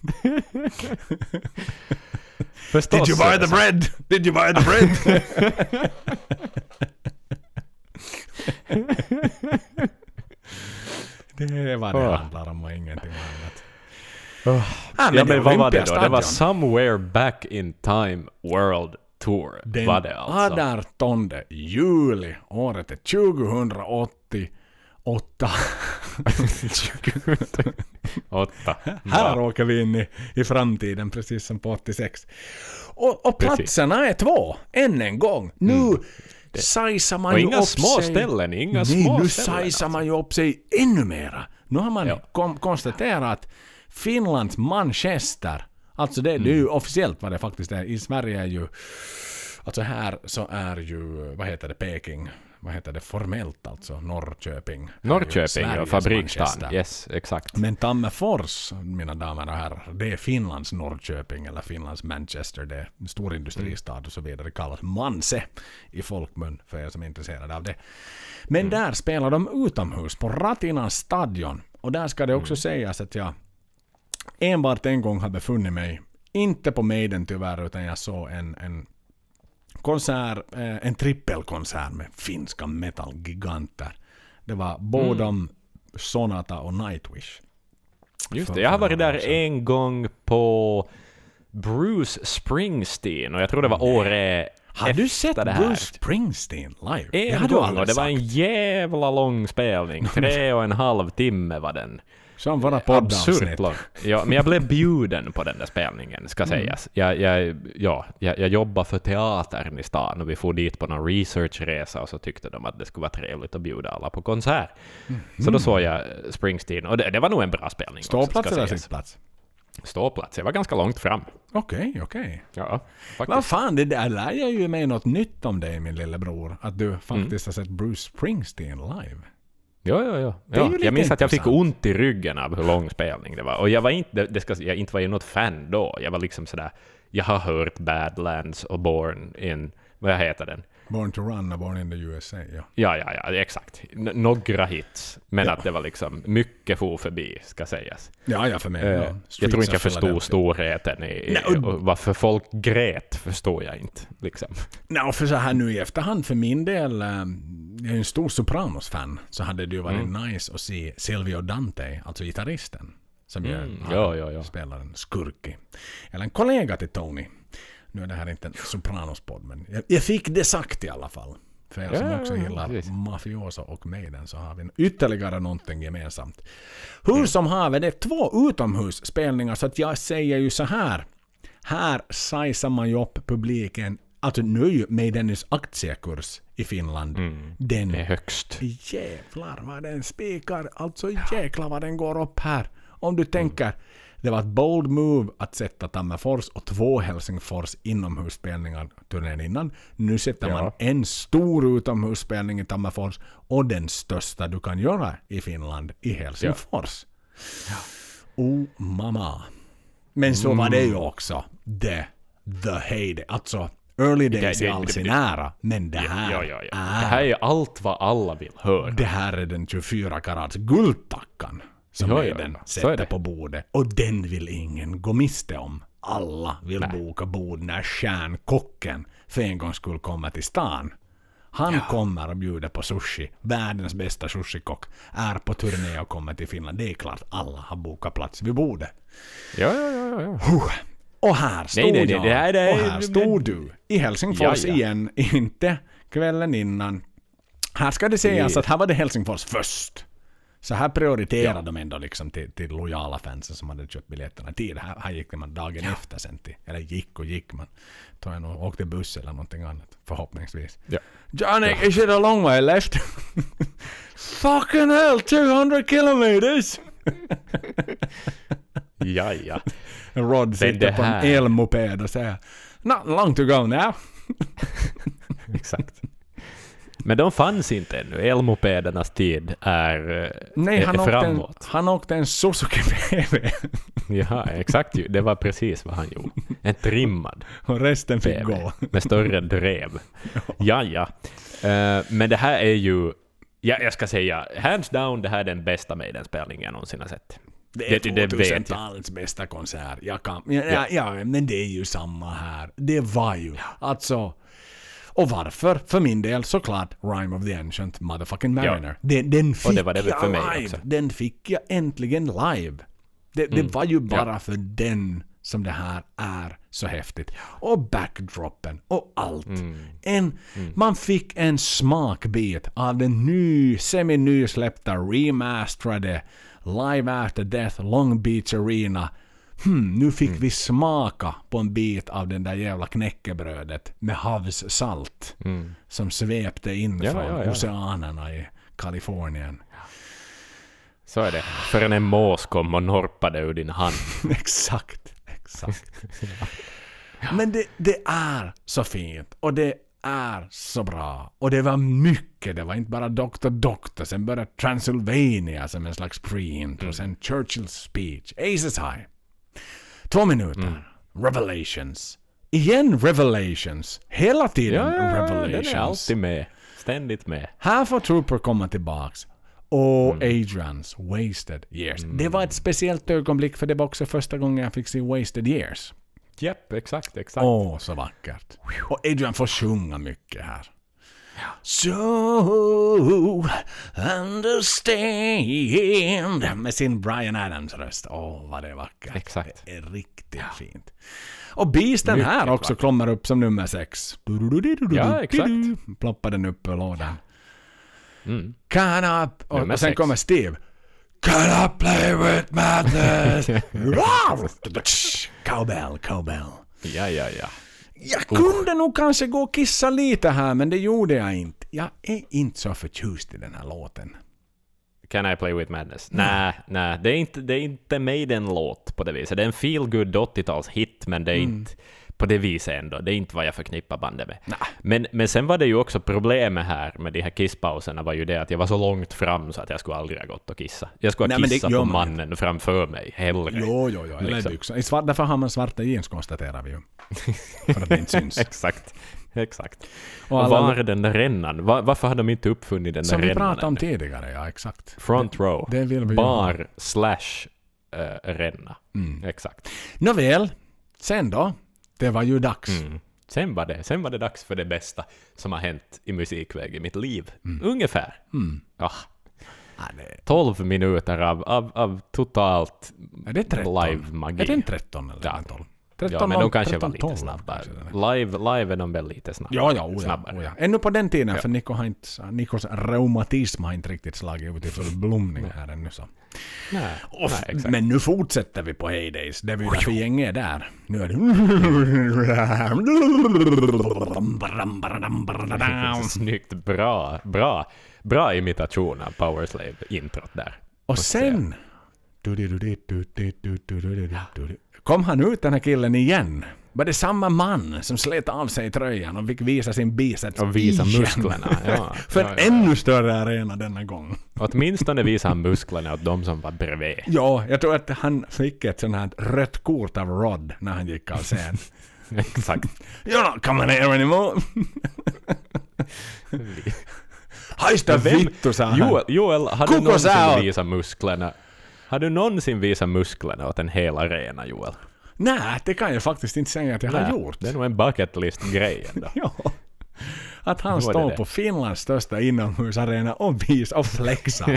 Förstås.
Did you buy the bread? Did you buy the bread? Det är vad det handlar om och ingenting annat.
Men vad var det då? Det var Somewhere Back in Time World Tour.
Den
var det alltså.
18 juli, året är 2088.
8.
Här åker vi in i framtiden, precis som på 86. Och platserna är 2, än en gång. Nu sajsar man ju upp sig.
Och inga små ställen,
nu sajsar man ju upp sig ännu mera. Nu har man konstaterat att Finlands Manchester, alltså det är ju officiellt vad det faktiskt är. I Sverige är ju, alltså här så är ju, vad heter det, Peking, vad heter det formellt, alltså Norrköping.
Norrköping, ja, fabriksstaden. Yes, exakt.
Men Tammerfors, mina damer och herrar, det är Finlands Norrköping eller Finlands Manchester. Det är en stor industristad och så vidare. Det kallas Manse i folkmun för er som är intresserade av det. Men där spelar de utomhus på Ratinas stadion. Och där ska det också sägas att jag enbart en gång har befunnit mig, inte på Maiden tyvärr, utan jag såg en konsert, en trippelkonsert med finska metalgiganter. Det var Bodom, Sonata och Nightwish.
Just det, jag har varit där en gång på Bruce Springsteen och jag tror det var året
har du sett Bruce Springsteen live?
En gång, och det var en jävla lång spelning. 3,5 timme var den.
Som våra poddavsnitt.
Ja, men jag blev bjuden på den där spelningen, ska sägas. Jag jobbar för teatern i stan och vi får dit på någon researchresa och så tyckte de att det skulle vara trevligt att bjuda alla på konsert. Så då såg jag Springsteen och det var nog en bra spelning.
Ståplats eller sittplats?
Ståplats, jag var ganska långt fram.
Okej.
Ja, faktiskt.
Vad fan, det där lär jag ju mig något nytt om dig, min lillebror. Att du faktiskt har sett Bruce Springsteen live.
Ja. Jag minns att jag fick ont i ryggen av hur lång spelning det var. Och jag var inte, jag inte var ju något fan då. Jag var liksom sådär, jag har hört Badlands och Born in, vad heter den?
Born to Run och Born in the USA,
ja. Ja, exakt. Några hits. Men att det var liksom mycket for förbi, ska sägas.
Ja, för mig.
Jag tror inte jag förstod storheten varför folk grät, förstår jag inte. Liksom.
För så här nu i efterhand, för min del, jag är en stor Sopranos-fan, så hade det ju varit nice att se Silvio Dante, alltså gitarristen, som spelar en skurk. Eller en kollega till Tony. Nu är det här inte en Sopranos-podd, men jag fick det sagt i alla fall. För er som också gillar Mafioso och Maiden, så har vi ytterligare någonting gemensamt. Hur som haver, det är 2 utomhusspelningar, så att jag säger ju så här. Här sajsar man ju upp publiken. Alltså nu är ju Maidens aktiekurs i Finland. Den
är högst.
Jävlar vad den spikar. Alltså jäklar vad den går upp här. Om du tänker, det var ett bold move att sätta Tammerfors och 2 Helsingfors inomhusspelningar turnén innan. Nu sätter man en stor utomhusspelning i Tammerfors och den största du kan göra i Finland i Helsingfors. Oh mamma. Men så var det ju också the heyday. Alltså early days är all sin ära, men det här
det här är allt vad alla vill höra.
Det här är den 24 karats guldtackan som den sätter på bordet. Och den vill ingen gå miste om. Alla vill boka bord när stjärnkocken för en gång skulle komma till stan. Han kommer och bjuder på sushi. Världens bästa sushikock är på turné och kommer till Finland. Det är klart alla har bokat plats vid bordet.
Ja.
Och här stod och här stod du i Helsingfors igen, inte kvällen innan. Här ska det sägas att här var det Helsingfors först. Så här prioriterade de ändå liksom till lojala fans som hade köpt biljetterna tid. Här gick man dagen efter sen till, eller gick man. Tog en och åkte buss eller någonting annat, förhoppningsvis. Ja. Johnny, is it a long way left? Fucking hell, 200 kilometers!
Ja.
Rod sitter på en elmoped och säger not long to go now.
Exakt. Men de fanns inte ännu. Elmopedernas tid är framåt.
Han åkte en Suzuki PV.
Ja, exakt. Det var precis vad han gjorde. En trimmad.
Och resten fick gå.
Med större drev. Ja. Men det här är ju... jag ska säga, hands down, det här är den bästa Maiden-spelningen jag någonsin har sett.
Det är 2000-talets bästa konsert. Men det är ju samma här. Det var ju... Alltså... Och varför? För min del såklart Rime of the Ancient Motherfucking Mariner. Den fick
och det var det
jag
för mig
live.
också.
Den fick jag äntligen live. Det var ju bara för den som det här är så häftigt. Och backdroppen och allt. Man fick en smakbit av den semi-nysläppta remasterade Live After Death Long Beach Arena. Nu fick vi smaka på en bit av den där jävla knäckebrödet med havssalt som svepte in från oceanerna i Kalifornien.
Så är det. Förrän en mås kom och norpade ur din hand.
Exakt. Men det är så fint och det är så bra och det var mycket. Det var inte bara Dr. Sen började Transylvania som en slags pre-intro. Sen Churchill's speech, Aces High, 2 minuter, Revelations, igen Revelations, hela tiden Revelations.
Den är alltid med, ständigt med.
Här får Trooper komma tillbaks. Och Adrians Wasted Years. Det var ett speciellt ögonblick för det var också första gången jag fick se Wasted Years.
Japp, exakt.
Så vackert. Och Adrian får sjunga mycket här. So understand med sin Bryan Adams röst. Vad det är vackert.
Exakt.
Det är riktigt fint. Och Beasten mycket här också kommer upp som nummer 6.
Ja, exakt.
Ploppar den upp ur lådan. Can I... Och sen kommer Steve. Can I play with madness? Cowbell.
Ja.
Jag kunde nog kanske gå och kissa lite här, men det gjorde jag inte. Jag är inte så förtjust i den här låten.
Can I play with madness? Nej. Det är inte Maiden-låt på det viset. Det är en feel-good 80-tals hit, men det är inte på det viset ändå. Det är inte vad jag förknippar bandet med. Men sen var det ju också problemet här med de här kisspauserna var ju det att jag var så långt fram så att jag skulle aldrig ha gått och kissa. Jag skulle ha kissat på mannen framför mig hellre.
Jo. Liksom. Därför har man svarta jeans, konstaterar vi ju. För att det inte syns.
Exakt. Och var är den där rännan? Varför har de inte uppfunnit den där
rännan? Som vi
rännan
pratade om tidigare, ja, exakt.
Front row.
Det vill vi
bar / ränna. Exakt.
Nåväl, sen då? Det var ju dags.
Sen var det dags för det bästa som har hänt i musikväg i mitt liv. Ungefär. 12 minuter av totalt live-magi.
Är det 13 eller 12?
13, men de kanske var lite snabbare. Live är de väl lite snabbare.
Ja. Ännu på den tiden, för Nikos reumatism har inte riktigt slagit ut i full blomning här ännu så.
Nej,
men nu fortsätter vi på Heydays. Det var ju därför gänget är där. Nu är
det snyggt, bra imitation av Powerslave-introt där.
Och sen kom han ut, den här killen igen. Var det samma man som slet av sig tröjan och fick visa sin biceps
och visa musklerna.
För en ännu större arena denna gång.
Åtminstone visade han musklerna åt de som var bredvid.
Ja, jag tror att han fick ett sånt här rött kort av Rod när han gick av scen.
Exakt.
You're not coming here anymore. Hajsta vittu, sa han.
Joel, har du någonsin visat musklerna åt en hel arena, Joel?
Nej, det kan jag faktiskt inte säga att jag har gjort.
Det är nog en bucket list-grej ändå.
Ja. Att han står på Finlands största inomhusarena och visar och flexar.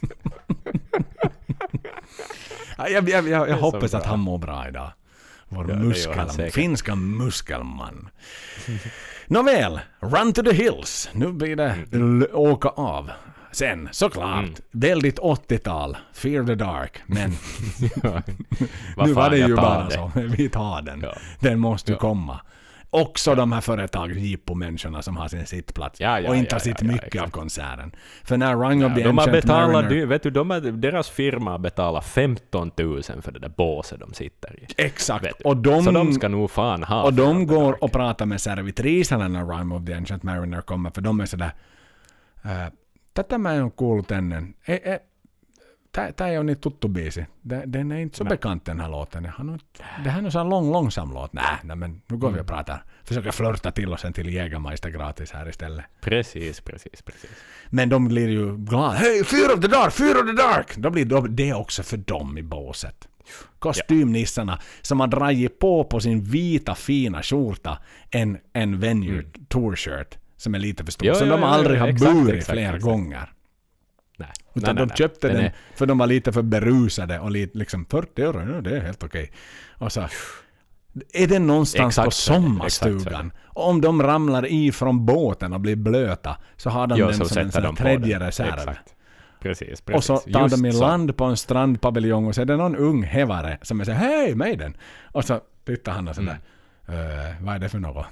jag hoppas att han mår bra idag. Vår finska muskelman. Nåväl, Run to the Hills. Nu blir det åka av. Sen, såklart, väldigt 80-tal, Fear the Dark, men nu var det ju bara så. Vi tar den. Ja. Den måste ju komma. Också de här företagsjippo-människorna som har sin sittplats och inte har sitt mycket av konserten. För när Rung of the Ancient Mariner...
Vet du, deras firma betalar 15 000 för det där båset de sitter i.
Exakt.
Och så de ska nog fan ha.
Och de går och pratar med servitriserna när Rung of the Ancient Mariner kommer, för de är sådär... Tätä mä en kuullut ennen. Tää ei ole niin tuttu biisi. Den är inte så bekant den här låten. Det här är en sån långsam låt. Nej, men nu går vi och pratar. Försöker flirta till oss en till Jägermeister gratis här istället.
Precis.
Men de blir ju glada. Hej, Fear of the Dark! Då blir det också för dem i båset. Kostymnissarna som har dragit på sin vita fina skjorta en venue tour shirt som är lite för stor. Som de aldrig har burit flera gånger. Utan de köpte den för de var lite för berusade och lite, liksom 40 euro, det är helt okej. Och så är det någonstans på sommarstugan. Och om de ramlar i från båten och blir blöta så har de den som en sån tredje reserv.
Exakt. Precis.
Och så tar de i land på en strandpaviljong och så är det någon ung hävare som säger hej med den. Och så tittar han och sådär, vad är det för något?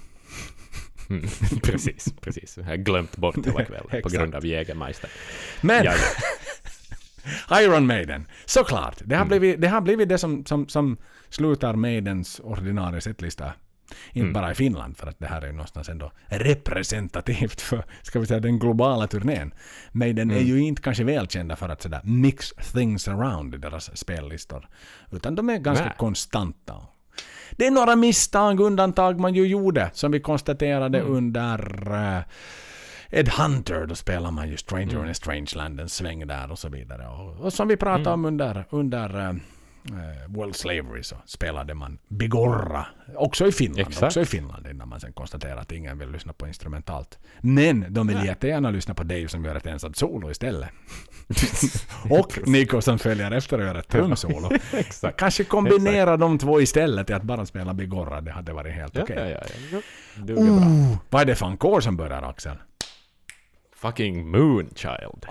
Precis. Jag har glömt bort hela kvällen på grund av Jägermeister.
Men Iron Maiden, såklart. Det har blivit det som slutar Maidens ordinarie setlista. Inte bara i Finland, för att det här är någonstans ändå representativt för, ska vi säga, den globala turnén. Maiden är ju inte kanske välkända för att sådär mix things around i deras spellistor. Utan de är ganska konstanta. Det är några undantag man ju gjorde, som vi konstaterade under Ed Hunter. Då spelar man ju Stranger in a Strange Land, en sväng där och så vidare. Och som vi pratade om under World Slavery så spelade man Bigorra också i Finland innan man sen konstaterar att ingen vill lyssna på instrumentalt. Men de vill jättegärna lyssna på Dave som gör ett ensat solo istället. Och Nico som följer efter och gör ett trumsolo. Kanske kombinera de två istället till att bara spela Bigorra. Det hade varit helt okej. Vad är det för en kår som börjar, Axel?
Fucking Moonchild.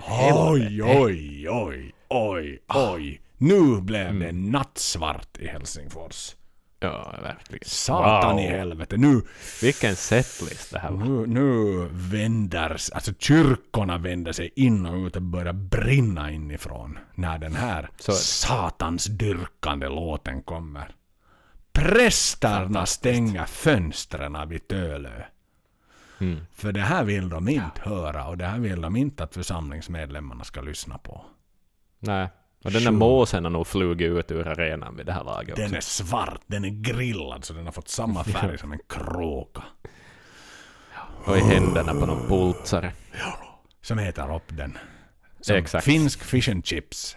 Oj. Nu blev det nattsvart i Helsingfors.
Ja, verkligen.
Satan i helvete. Nu,
vilken setlist det här var.
Nu alltså kyrkorna vänder sig in och ut och börjar brinna inifrån när den här satans dyrkande låten kommer. Prästerna stänger fönstren vid Tölö. För det här vill de inte höra och det här vill de inte att församlingsmedlemmarna ska lyssna på.
Nej. Och den där måsen har nog flugit ut ur arenan vid det här laget också.
Den är svart, den är grillad så den har fått samma färg som en kråka.
Och i händerna på någon pultsare.
Som heter upp den. Som
exakt.
Finsk fish and chips.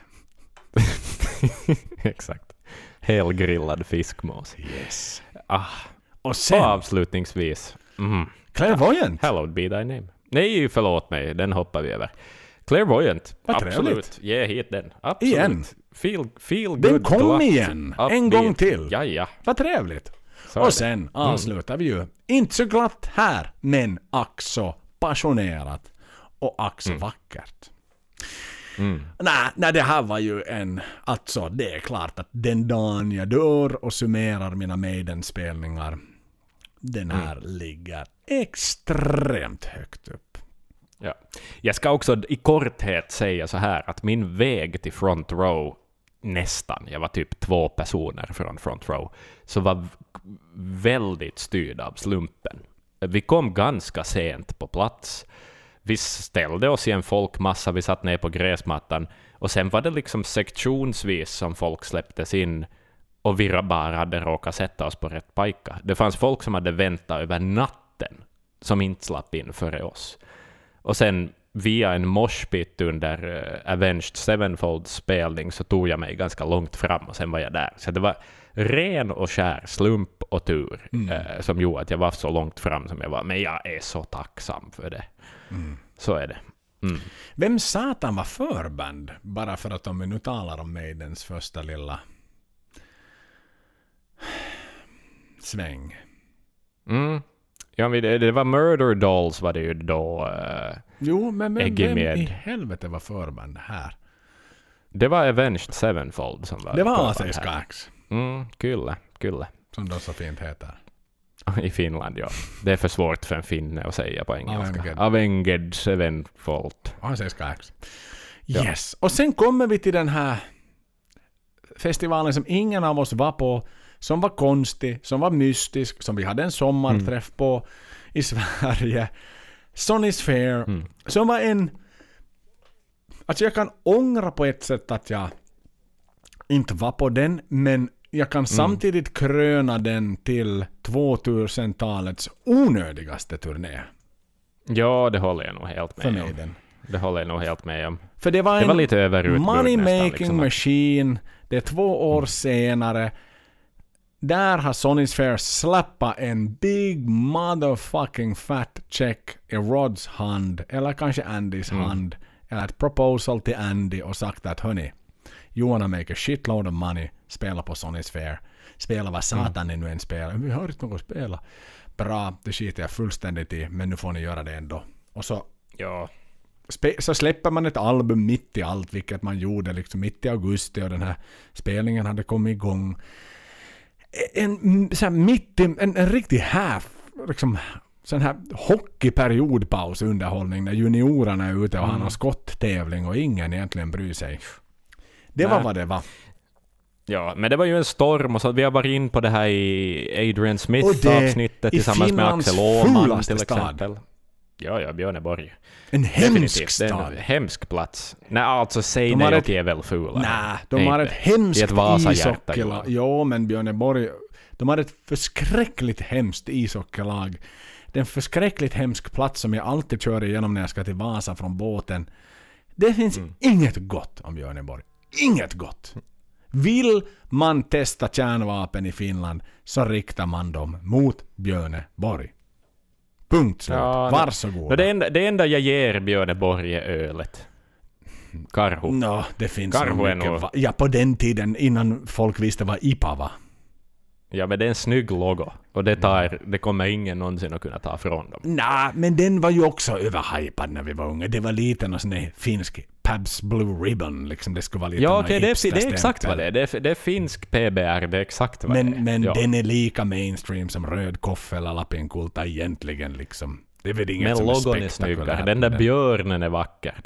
Exakt. Helgrillad fiskmås.
Yes.
Och sen avslutningsvis.
Clairvoyant.
Hallowed be thy name. Nej, förlåt mig. Den hoppar vi över. Clairvoyant. Absolut. Ge hit den. Absolut. Igen. Feel good.
Den kom igen. En gång till.
Ja.
Vad trevligt. Och sen avslutar vi ju. Inte så glatt här, men ack så passionerat och ack så vackert. Nej, det här var ju alltså det är klart att den dagen jag dör och summerar mina Maiden-spelningar, den här ligger extremt högt upp.
Ja. Jag ska också i korthet säga så här att min väg till Front Row nästan, jag var typ 2 personer från Front Row, så var väldigt styrd av slumpen. Vi kom ganska sent på plats. Vi ställde oss i en folkmassa, vi satt ner på gräsmattan och sen var det liksom sektionsvis som folk släpptes in och vi bara hade råkat sätta oss på rätt pajka. Det fanns folk som hade väntat över natten som inte slapp in före oss. Och sen via en moshpit under Avenged Sevenfold spelning så tog jag mig ganska långt fram och sen var jag där. Så det var ren och skär slump och tur som gjorde att jag var så långt fram som jag var. Men jag är så tacksam för det. Så är det.
Vem satan var förband? Bara för att om vi nu talar om Maidens första lilla sväng.
Ja, det var Murder Dolls var det ju då.
Jo, men vem i helvete var förband här?
Det var Avenged Sevenfold som var.
Det var AC Skax.
Kyllä.
Som de så fint heter.
I Finland, ja. Det är för svårt för en finne att säga på engelska. Avenged Sevenfold.
AC Skax. Yes. Och sen kommer vi till den här festivalen som ingen av oss var på, som var konstig, som var mystisk, som vi hade en sommarträff på i Sverige. Sonny's Fair, som var alltså jag kan ångra på ett sätt att jag inte var på den, men jag kan samtidigt kröna den till 2000-talets onödigaste turné.
Ja, det håller jag nog helt med om.
Den.
Det håller jag nog helt med om.
För det var
lite överutbud
money-making
liksom.
Machine. Det är 2 år senare. Där har Sonny's Fair släppat en big motherfucking fat check i Rods hand, eller kanske Andys hand, eller ett proposal till Andy och sagt att hörni, you wanna make a shitload of money, spela på Sonys Fair, spela vad satan är nu en spel, vi har inte något att spela. Bra, det skiter jag fullständigt i, men nu får ni göra det ändå. Och så så släpper man ett album mitt i allt, vilket man gjorde liksom mitt i augusti, och den här spelningen hade kommit igång. En riktig liksom sån här hockeyperiodpaus underhållning när juniorerna är ute och har någon skotttävling och ingen egentligen bryr sig. Det var vad det var.
Ja, men det var ju en storm, och så vi har varit in på det här i Adrian Smith-avsnittet tillsammans med Axel Åhman till exempel.
Stad.
Ja, Björneborg.
En hemsk stad.
Det är en hemsk plats. Nej, alltså säg nej och är väl fula.
Nej, de har ett hemskt ishockeylag. Jo, men Björneborg, de har ett förskräckligt hemskt ishockeylag. Det är en förskräckligt hemsk plats som jag alltid kör igenom när jag ska till Vasa från båten. Det finns inget gott om Björneborg. Inget gott. Vill man testa kärnvapen i Finland så riktar man dem mot Björneborg. Punkt slut. Ja, varsågod.
Det enda jag ger Björneborg är ölet. Karhu.
No, det finns Karhu mycket. Ja, på den tiden innan folk visste vad IPA var.
Ja, men det är en snygg logo. Och det kommer ingen någonsin att kunna ta från dem.
Nej, men den var ju också överhypad när vi var unga. Det var lite någon sån där finsk Pabs Blue Ribbon. Liksom. Det skulle vara lite
ja, okej, det är exakt vad det är. Det är finsk PBR, det är exakt vad det är.
Men den är lika mainstream som röd koffe eller lappinkulta egentligen. Liksom. Det är väl inget
men
som
logon är snyggare. Den där björnen är vacker.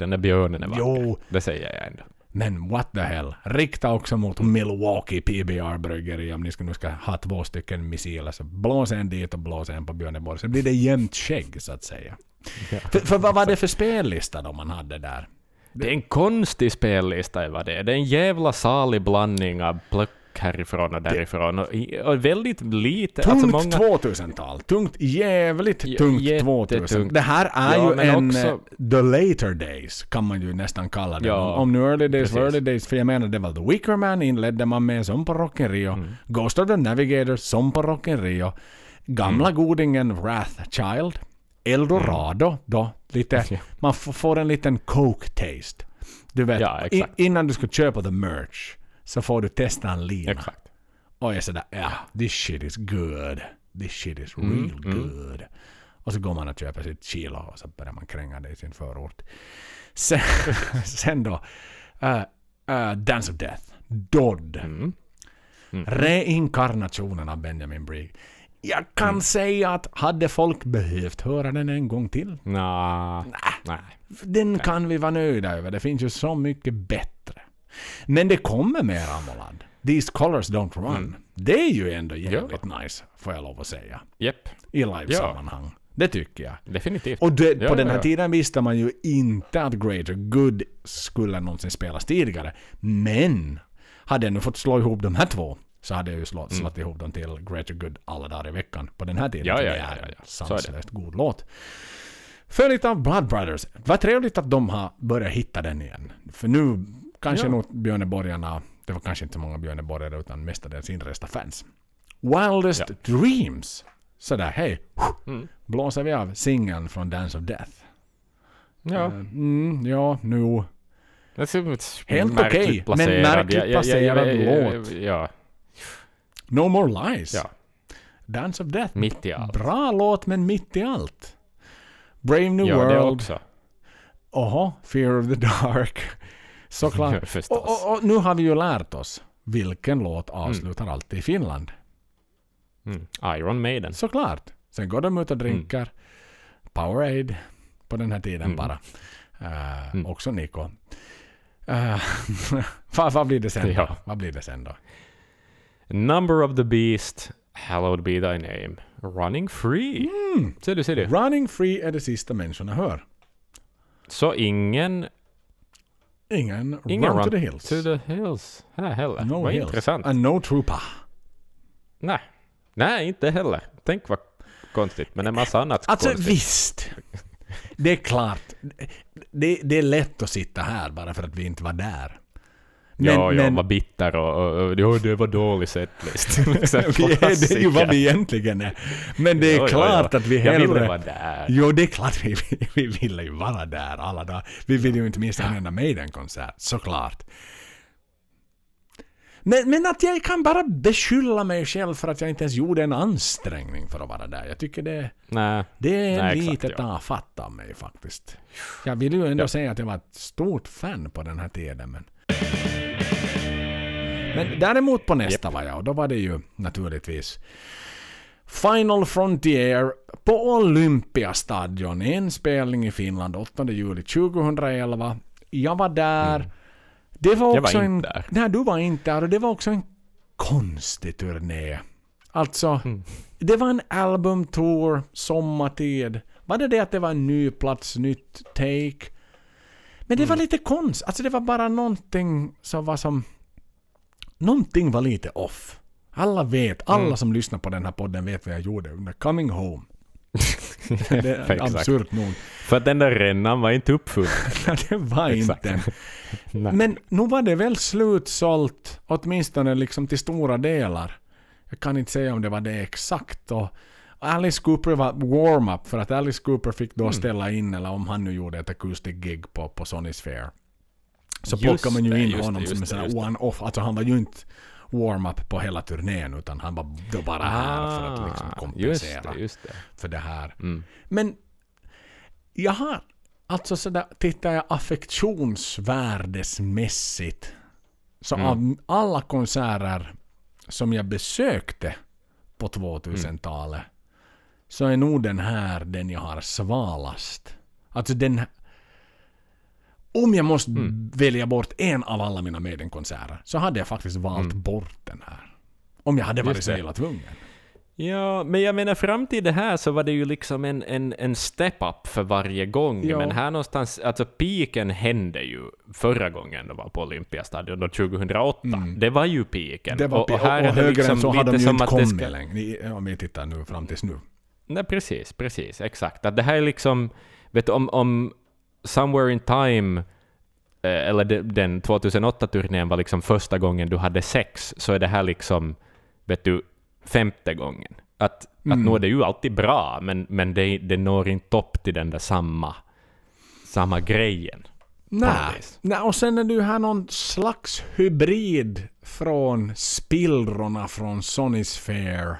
Jo.
Det säger jag ändå.
Men what the hell. Rikta också mot Milwaukee PBR-bryggeri om ni nu ska ha 2 stycken missiler. Så blås en dit och blås en på Björneborg. Så blir det jämnt skägg så att säga. Ja. För vad var det för spellista då man hade där?
Det är en konstig spellista. Vad det är. Det är en jävla salig blandning av plöck härifrån och därifrån. Och väldigt lite.
Tungt
alltså
2000-tal. Jävligt tungt 2000. Det här är ju en också, the later days kan man ju nästan kalla det. Ja, om nu early days, för jag menar det var The Wicker Man inledde man med som på Rock in Rio. Ghost of the Navigator som på Rock in Rio. Gamla godingen Wrath Child. Eldorado då. Lite, man får en liten coke taste. Du vet, innan du ska köpa the merch så får du testa en lina.
Exakt.
Och jag sådär, this shit is good. This shit is real good. Och så går man och köper sitt kilo och så börjar man kränga det i sin förort. Sen då, Dance of Death. Dodd. Reinkarnationen av Benjamin Brigg. Jag kan säga att hade folk behövt höra den en gång till? Nej. Den kan vi vara nöjda över. Det finns ju så mycket bättre. Men det kommer mer Amolad. These colors don't run. Det är ju ändå jävligt nice, får jag lov att säga. I live-sammanhang. Det tycker jag.
Definitivt.
Och på den här tiden visste man ju inte att Greater Good skulle någonsin spelas tidigare. Men hade jag nu fått slå ihop de här två så hade jag ju slått ihop dem till Greater Good alla dagar i veckan. På den här tiden. Det är sanslöst god låt. Följt av Blood Brothers. Vad trevligt att de har börjat hitta den igen. För nu kanske nog Björneborgarna, det var kanske inte så många Björneborgare utan mestadels inresta fans. Wildest Dreams. Sådär, hej. Blåser vi av singeln från Dance of Death. Nu. Helt okej. Men märkligt placerad låt. No More Lies. Dance of Death.
Mitt i allt.
Bra låt, men mitt i allt. Brave New World.
Det också.
Fear of the Dark. Såklart. Och nu har vi ju lärt oss vilken låt avslutar alltid i Finland.
Iron Maiden.
Såklart. Sen går de ut och drinkar Powerade på den här tiden bara. Också Nico. Vad blir det sen då? Vad blir det sen då?
Number of the Beast, Hallowed be thy name. Running Free. Ser du?
Running Free är det sista människorna hör. Så ingen Run to the Hills.
To the Hills. Här heller.
No
vad
hills.
Intressant.
And no Troopa.
Nej, inte heller. Tänk vad konstigt. Men en massa annat
alltså konstigt. Visst. Det är klart. Det är lätt att sitta här bara för att vi inte var där.
Jag var bitter och det var dålig setlist.
Det är ju vad vi egentligen är. Men det är klart att vi hellre...
Jag ville vara där.
Jo, det är klart vi ville ju vara där alla dagar. Vi ville ju inte missa en enda Maiden-konsert, såklart. Men att jag kan bara beskylla mig själv för att jag inte ens gjorde en ansträngning för att vara där. Jag tycker det är lite tafatt av mig faktiskt. Jag vill ju ändå säga att jag var ett stort fan på den här tiden. Men däremot på nästa var jag, och då var det ju naturligtvis Final Frontier på Olympiastadion. En spelning i Finland 8 juli 2011. Jag var där. Det var också Nej, du var inte där, och det var också en konstig turné. Alltså, det var en albumtour, sommartid. Var det att det var en ny plats, nytt take? Men det var lite konstigt. Alltså det var bara någonting som var som... Någonting var lite off. Alla som lyssnar på den här podden vet vad jag gjorde under Coming Home. Det är absurt nog.
För att den där rännan var inte uppfunnen.
Det var inte. Men nu var det väl slutsålt, åtminstone liksom till stora delar. Jag kan inte säga om det var det exakt. Och Alice Cooper var warm-up, för att Alice Cooper fick då ställa in, eller om han nu gjorde ett acoustic gig på Sonny's Fair. Så plockar man ju in honom som en sån här one-off. Alltså han var ju inte warm-up på hela turnén, utan han var då bara här för att liksom kompensera för det här. Men jag har alltså sådär, tittar jag affektionsvärdesmässigt, så av alla konserter som jag besökte på 2000-talet så är nog den här den jag har svalast. Alltså den, om jag måste välja bort en av alla mina Maiden-konserter så hade jag faktiskt valt bort den här. Om jag hade varit så hela tvungen.
Ja, men jag menar fram till det här så var det ju liksom en step-up för varje gång. Ja. Men här någonstans, alltså piken hände ju förra gången det var på Olympiastadion, då 2008. Det var ju piken.
Det var och här och högre liksom än så hade de ju inte kommit längre. Om vi tittar nu fram tills nu.
Nej, precis, exakt. Att det här är liksom, vet du, om Somewhere in Time eller den 2008-turnén var liksom första gången du hade sex, så är det här liksom, vet du, 5:e gången. Att nå det är ju alltid bra, men det når inte upp till den där samma grejen.
Nej, och sen är du här någon slags hybrid från spillrorna från Sonny's Fair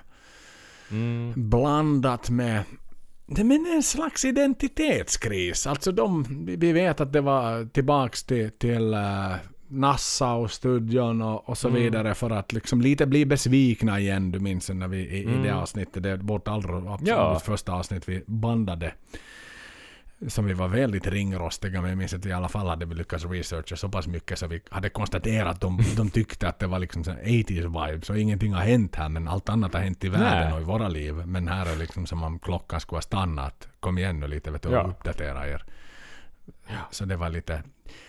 blandat med en slags identitetskris. Alltså vi vet att det var tillbaks till Nassau-studion och så vidare för att liksom lite bli besvikna igen. Du minns när vi i det avsnittet, det är vårt allra första avsnitt vi bandade, som vi var väldigt ringrostiga, men jag minns att vi i alla fall hade lyckats researcha så pass mycket så vi hade konstaterat att de tyckte att det var liksom 80s vibe, så ingenting har hänt här, men allt annat har hänt i världen och i våra liv, men här är liksom som om klockan skulle ha stannat. Kom igen nu lite, vet du, och uppdatera er. Så det var lite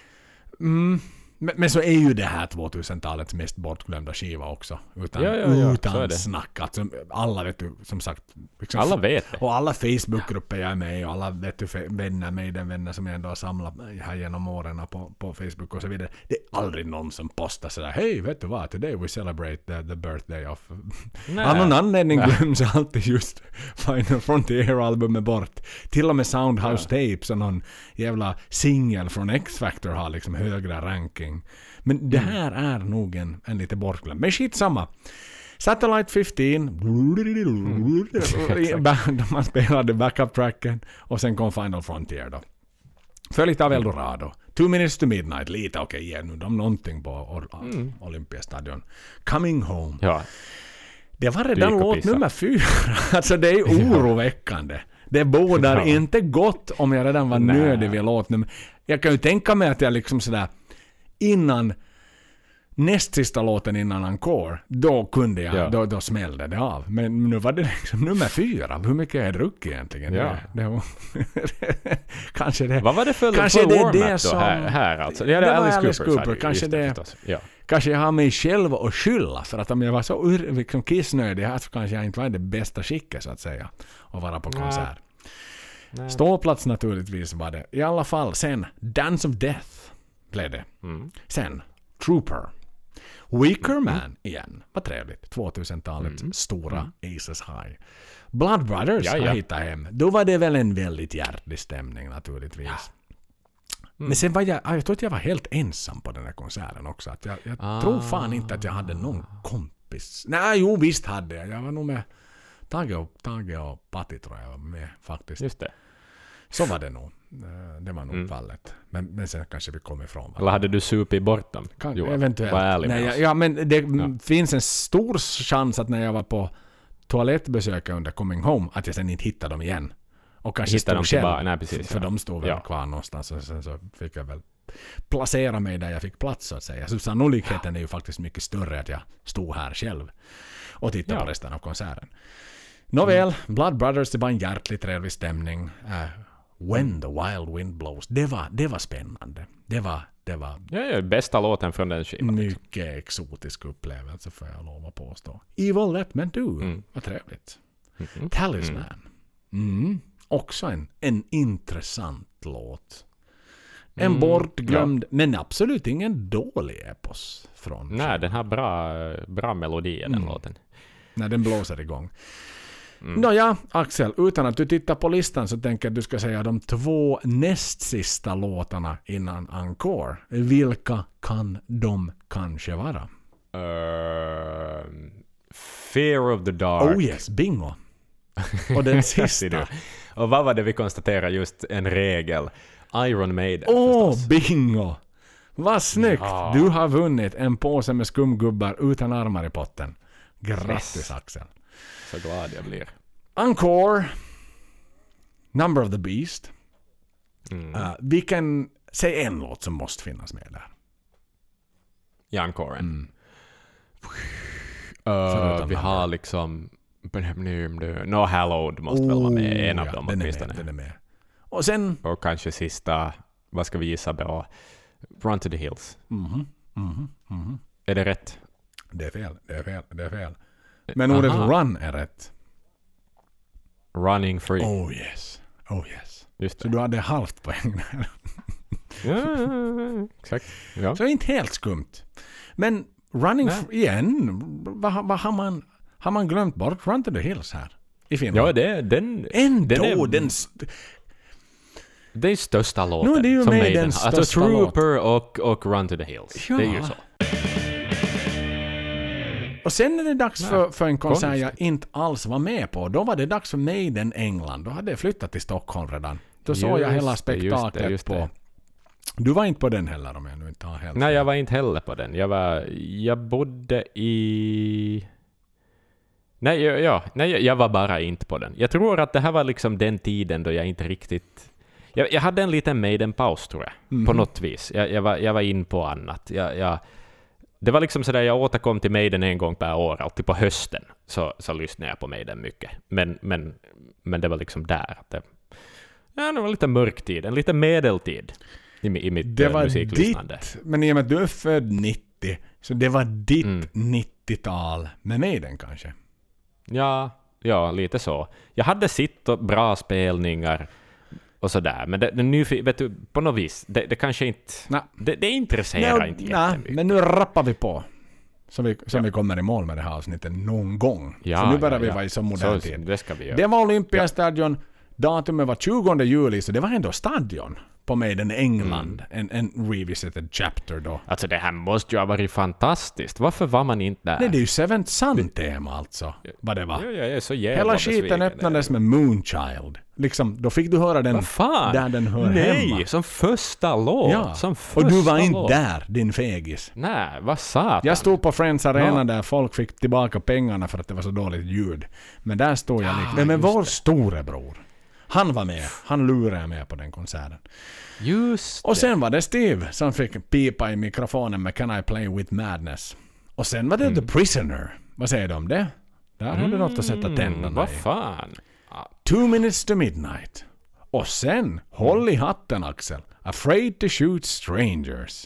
men så är ju det här 2000-talets mest bortglömda skiva också. Utan snack. Alltså, alla vet du, som sagt. Liksom,
alla vet det.
Och alla Facebookgrupper jag är med i, och alla vet du, vänner som jag ändå har samlat här genom åren på Facebook och så vidare. Det är aldrig någon som postar sådär, hej, vet du vad, today we celebrate the birthday of... Av någon anledning glöms alltid just Final Frontier-albumet bort. Till och med Soundhouse Tapes och någon jävla singel från X-Factor har liksom högre ranking. Men det här är nog en lite bortglömd. Men skitsamma. Satellite 15 man spelade backup-tracken och sen kom Final Frontier då. Följt av Eldorado. 2 Minutes to Midnight. Lite okej, nu de någonting på Olympiastadion. Coming Home. Ja. Det var redan låt nummer 4. Alltså det är oroväckande. Det bådar inte gott om jag redan var nödig vid låt nummer. Jag kan ju tänka mig att jag liksom sådär innan näst sista låten innan encore, då kunde jag, då smällde det av. Men nu var det liksom nummer 4. Hur mycket är druckit egentligen? Ja. Kanske det.
Vad var det för warm-up då här alltså? Det var Alice Cooper.
Kanske jag har mig själv att skylla, för att om jag var så liksom kissnödig här så kanske jag inte var i det bästa skicket så att säga att vara på konsert. Ståplats naturligtvis var det. I alla fall sen Dance of Death blev det. Sen Trooper. Weaker Man igen. Vad trevligt. 2000-talets stora Aces High. Blood Brothers har hittat hem. Då var det väl en väldigt hjärtlig stämning naturligtvis. Ja. Men sen var jag tror att jag var helt ensam på den här konserten också. Att jag tror fan inte att jag hade någon kompis. Nej, jo visst hade jag. Jag var nog med Tage och Patti tror jag var med faktiskt.
Just det.
Så var det nog. Det var nog fallet. Men sen kanske vi kom ifrån.
Eller hade du supit bort dem?
Eventuellt. Nej, men det finns en stor chans att när jag var på toalettbesök under Coming Home att jag sen inte hittade dem igen. Och kanske stod själv.
Nej, precis,
för de stod väl kvar någonstans. Och sen så fick jag väl placera mig där jag fick plats så att säga. Så sannolikheten är ju faktiskt mycket större att jag stod här själv och tittade på resten av konserten. Nåväl, Blood Brothers, det var en hjärtligt trevlig stämning. When the Wild Wind Blows. Det var spännande. Det var
bästa låten från den skivan.
Mycket exotisk upplevelse får jag lov att påstå. Evil Let Men Do. Vad trevligt. Talisman. Också en intressant låt. En bortglömd, men absolut ingen dålig epos från.
Nej, den har bra melodi i den låten.
När den blåser igång. Nåja, Axel, utan att du tittar på listan så tänker jag att du ska säga de 2 näst sista låtarna innan Encore. Vilka kan de kanske vara?
Fear of the Dark.
Oh yes, bingo. Och den sista.
Och vad var det vi konstaterade just en regel? Iron Maiden.
Bingo! Vad snyggt! Ja. Du har vunnit en påse med skumgubbar utan armar i potten. Grattis Axel.
Så glad jag blir.
Encore. Number of the Beast. Vi kan säga en låt som måste finnas med där.
I Encoren. Vi har liksom No Hallowed måste väl vara med. En av dem åtminstone.
Den är med. Och sen...
Och kanske sista, vad ska vi gissa på? Run to the Hills. Är det rätt?
Det är fel. Men ordet run är rätt.
Running Free.
Oh yes.
Just det.
Så du hade halvt poäng där.
Ja, exakt. Ja.
Så inte helt skumt. Men Running Free igen, vad har man glömt bort? Run to the Hills här i Finland.
Ja, den är största låten.
No, det är ju med den största
alltså Trooper och Run to the Hills. Ja. Det är ju så.
Och sen är det dags för en konsert jag inte alls var med på. Då var det dags för Maiden England. Då hade jag flyttat till Stockholm redan. Då såg jag hela spektaklet på. Du var inte på den heller om jag nu inte har helt.
Nej, jag var inte heller på den. Jag bodde i... Nej, jag var bara inte på den. Jag tror att det här var liksom den tiden då jag inte riktigt... Jag hade en liten Maiden-paus tror jag. På något vis. Jag var in på annat. Det var liksom sådär, jag återkom till Maiden en gång per år. Alltid på hösten så lyssnade jag på Maiden mycket. Men det var liksom där. Det var lite mörk tid. En liten medeltid i mitt musiklyssnande.
Men i och med att du är född 90 så det var ditt 90-tal med Maiden kanske?
Ja, lite så. Jag hade sitt och bra spelningar och sådär. Men vet du, på något vis, det kanske inte... Det intresserar inte jättemycket.
Men nu rappar vi på. Så vi kommer i mål med det här avsnittet någon gång. Så nu börjar vi vara i så modern tid.
Det ska vi göra.
Det var Olympiastadion. Datumet var 20 juli, så det var ändå stadion på Maiden England. En revisited chapter då.
Alltså det här måste ju ha varit fantastiskt. Varför var man inte där?
Nej, det är ju Seventh Sun-tema alltså. Vad det var.
Jag är så jävla
hela skiten öppnades med Moonchild. Liksom, då fick du höra den där den hör hemma.
Nej, som första låt.
Ja. Och du var inte där, din fegis.
Nej, vad satan.
Jag stod på Friends Arena där folk fick tillbaka pengarna för att det var så dåligt ljud. Men där stod jag liksom. Men vår storebror. Han var med. Han lurade med på den konserten.
Just
och sen var det Steve som fick pipa i mikrofonen med Can I Play With Madness. Och sen var det The Prisoner. Vad säger du om det? Där har du något att sätta tänderna i.
Vad fan?
2 Minutes to Midnight. Och sen, håll i hatten Axel. Afraid to Shoot Strangers.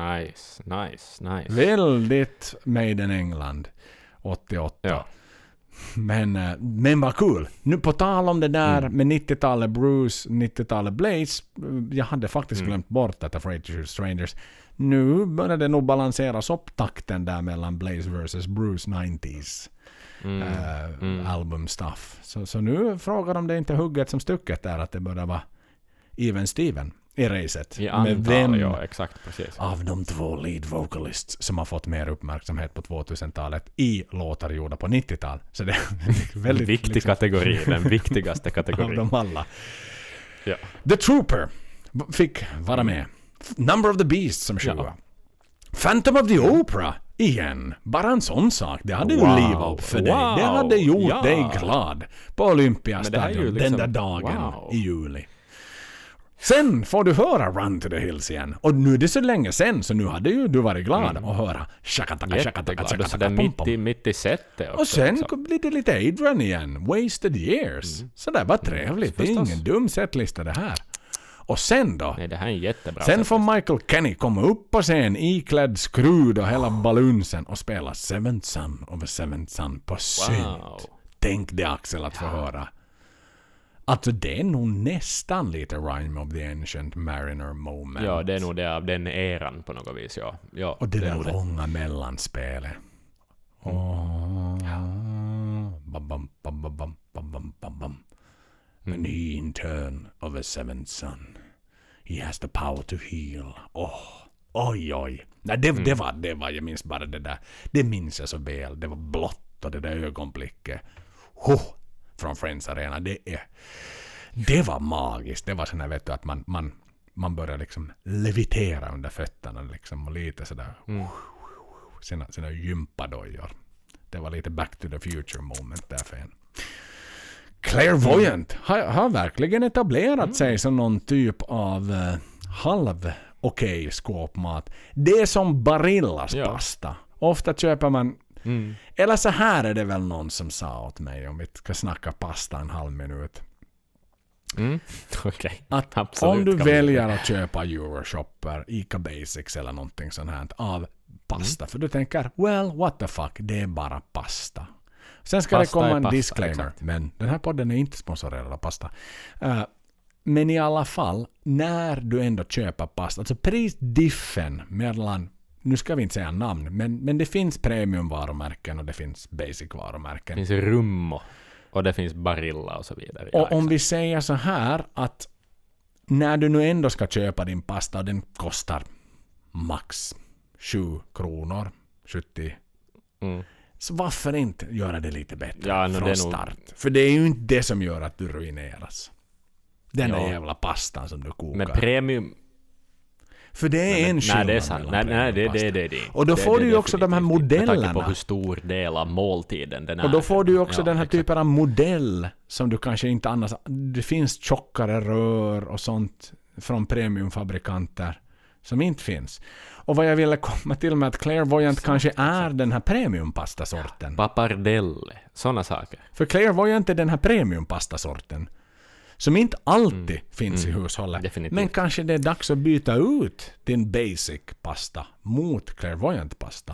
Nice.
Väldigt Maiden England. 88.
Ja.
Men vad kul. Nu på tal om det där med 90-talet Bruce, 90-talet Blaze. Jag hade faktiskt glömt bort att Afraid to Shoot Strangers. Nu börjar det nog balanseras upp takten där mellan Blaze versus Bruce 90s. Album stuff. Så nu frågar de det inte hugget som stucket där att det börjar vara even Steven i racet.
I antal,
med vem
ja, exakt, precis.
av de två lead vocalists som har fått mer uppmärksamhet på 2000-talet i låtar gjorda på 90-tal. Så det är väldigt
viktig kategori, den viktigaste kategorin.
av dem alla.
Ja.
The Trooper fick vara med. Number of the Beast som 20. Phantom of the Opera igen. Bara en sån sak. Det hade ju livat upp för dig. Det hade gjort dig glad på Olympiastadion liksom, den där dagen i juli. Sen får du höra Run to the Hills igen. Och nu är det så länge sen, så nu hade ju du varit glad att höra
Jätteglad. Mitt i sättet också.
Och sen blir det lite Adrian igen. Wasted Years. Så det var trevligt. Det är ingen dum setlista det här. Och sen då?
Nej, det här är jättebra.
Sen får Michael Kenny komma upp på scen iklädd skrud och hela balunsen och spela Seventh Son of a Seventh Son på synt. Tänk det, Axel, att få höra. Alltså det är nog nästan lite Rime of the Ancient Mariner moment.
Ja, det är nog det av den eran på något vis, ja.
Och det där långa mellanspelet. And he in turn of a seventh son. He has the power to heal. Oj. Nej, det var, jag minns bara det där. Det minns jag så väl. Det var blått och det där ögonblicket. Från Friends Arena. Det var magiskt. Det var sån här, vet du, att man börjar liksom levitera under fötterna liksom, och lite sådär. Sina gympadojor. Det var lite back to the future moment där för en. Clairvoyant har verkligen etablerat sig som någon typ av halv okej skåpmat. Det är som Barillas pasta. Ofta köper man eller så här är det väl någon som sa åt mig om vi ska snacka pasta en halv minut.
Okay.
Att
absolut,
om du väljer att köpa Euroshopper, Ica Basics eller någonting sånt här av pasta, för du tänker, well, what the fuck, det är bara pasta. Sen ska pasta det komma en disclaimer, exakt. Men den här podden är inte sponsorerad av pasta. Men i alla fall, när du ändå köper pasta, alltså prisdiffen mellan, nu ska vi inte säga namn, men det finns premiumvarumärken och det finns basic-varumärken.
Det finns Rummo och det finns Barilla och så vidare.
Och om vi säger så här att när du nu ändå ska köpa din pasta, den kostar max 7 kronor, 70. Så varför inte göra det lite bättre från start? För det är ju inte det som gör att du ruineras. Den där jävla pastan som du kokar.
Men premium...
För det är en skillnad.
Nej, det är sant. Nej, det är.
Och då får du ju också de här modellerna.
Med tanke på hur stor del av måltiden den är.
Och då får du ju också den här typen av modell som du kanske inte annars... Det finns tjockare rör och sånt från premiumfabrikanter som inte finns. Och vad jag ville komma till med att Clairvoyant kanske är den här premiumpastasorten.
Pappardelle, sådana saker.
För Clairvoyant är den här premiumpastasorten som inte alltid finns i hushållet.
Definitivt.
Men kanske det är dags att byta ut din basic pasta mot Clairvoyant pasta.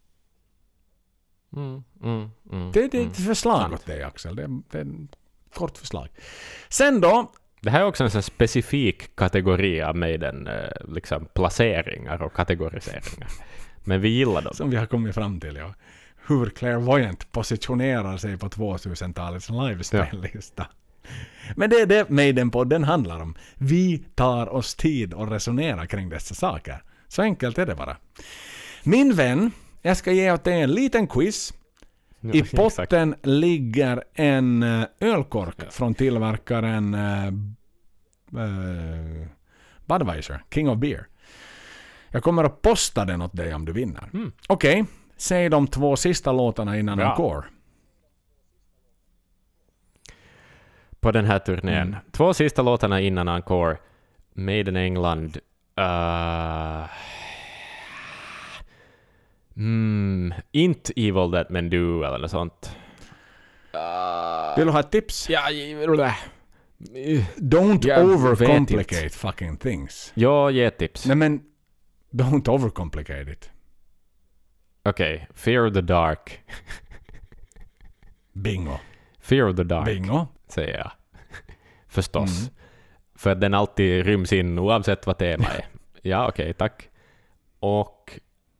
Det är ett förslag åt dig, Axel. Det är ett kort förslag. Sen då...
Det här är också en sån specifik kategori av Maiden, liksom placeringar och kategoriseringar. Men vi gillar dem.
Som vi har kommit fram till, ja. Hur Clairvoyant positionerar sig på 2000-talets livespellista. Men det är det Maiden-podden handlar om. Vi tar oss tid och resonerar kring dessa saker. Så enkelt är det bara. Min vän, jag ska ge åt dig en liten quiz. I potten ligger en ölkork från tillverkaren Budweiser, King of Beer. Jag kommer att posta den åt dig om du vinner. Okej, säg de 2 sista låtarna innan encore.
På den här turnén. 2 sista låtarna innan encore. Maiden England. Inte Evil That Men Do eller något sånt.
Vill du ha ett tips?
Ja,
don't overcomplicate fucking things.
Ja, ge ett tips.
Nej, men don't overcomplicate it.
Okej, Fear of the Dark.
Bingo.
Fear of the Dark,
Bingo.
säger jag. Förstås. För att den alltid ryms in oavsett vad tema är. Ja, okej, tack. Och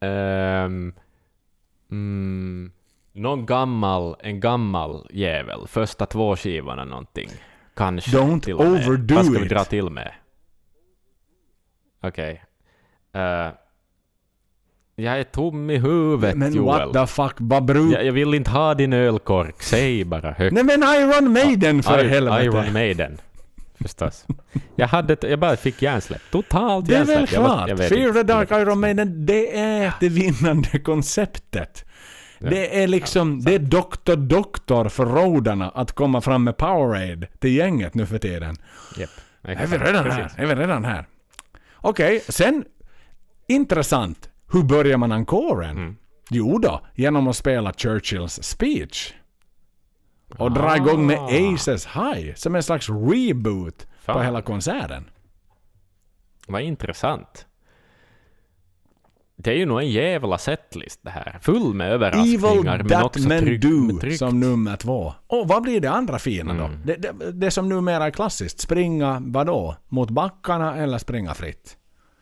en gammal jävel. Första 2 skivorna någonting. Kanske.
Don't
till och med.
overdo
Vad ska vi
it.
dra till med? Okej. Jag är tom i huvudet,
Men
Joel.
what the fuck, vad brukar...
Jag vill inte ha din ölkork. Säg bara högt.
Nej men Iron Maiden för helvete.
Iron Maiden. Förstås. Jag bara fick hjärnsläpp. Totalt
Det är väl
hjärnsläpp.
klart.
Jag vet
Fear
inte.
the Dark Iron Maiden, det är det vinnande konceptet.
Ja.
Det är liksom, det är doktor för rodarna att komma fram med Powerade till gänget nu för tiden.
Japp.
Är vi redan här? Okej, sen intressant. Hur börjar man encoren? Jo då, genom att spela Churchills speech. Och dra igång med Aces High som en slags reboot på hela konserten.
Vad intressant. Det är ju nog en jävla setlist det här. Full med överraskningar.
Evil
men också
That Men Do
tryggt.
som nummer 2. Och vad blir det andra fina då? Det som numera är klassiskt. Springa vadå? Mot backarna eller springa fritt?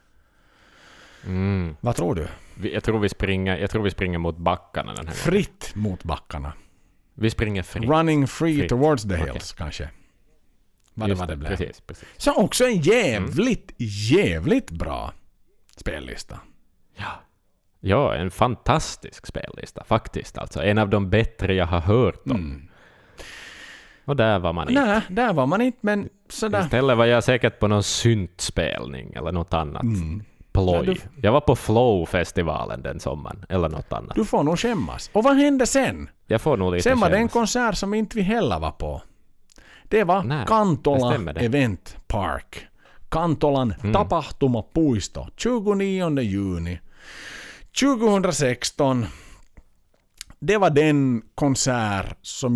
Vad tror du?
Jag tror vi springer mot backarna den här gången.
Fritt mot backarna.
Vi springer fritt.
Running free
Fritt.
towards the hills kanske. Vad det blev.
Precis.
Så också en jävligt bra spellista.
Ja, en fantastisk spellista faktiskt. Alltså en av de bättre jag har hört om. Och där var man inte.
Nej, där var man inte, men sådär.
Istället var jag säkert på någon syntspelning eller något annat. Ploj. Jag var på Flow-festivalen den sommaren eller något annat.
Du får nog skämmas. Och vad hände sen?
Jag får nog lite
Sen var det en
skämmas.
konsert som inte vi heller var på. Det var Kantola Event Park. Kantolan tapahtumapuisto. 29 juni 2016. Det var den konsert som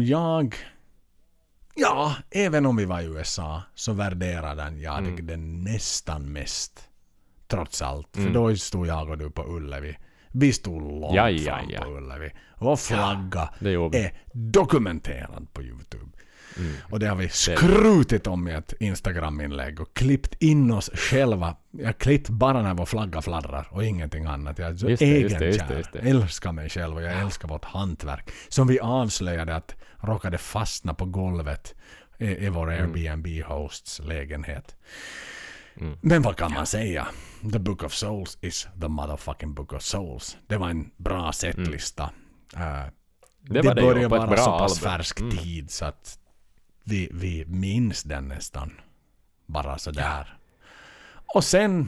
även om vi var i USA så värderade jag den nästan mest. Trots allt. För då stod jag och du på Ullevi. Vi stod långt fram på Ullevi. Vår flagga är dokumenterad på YouTube. Och det har vi skrutit om i ett Instagram-inlägg och klippt in oss själva. Jag klippt bara när vår flagga fladdrar och ingenting annat. Jag är så egenkär. Jag älskar mig själv och jag älskar vårt hantverk. Som vi avslöjade att råkade fastna på golvet i vår Airbnb-hosts lägenhet. Men vad kan man säga? The Book of Souls is the motherfucking Book of Souls. Det var en bra setlista. Det börjar vara så pass färsk tid så att vi minns den nästan bara så där. Och sen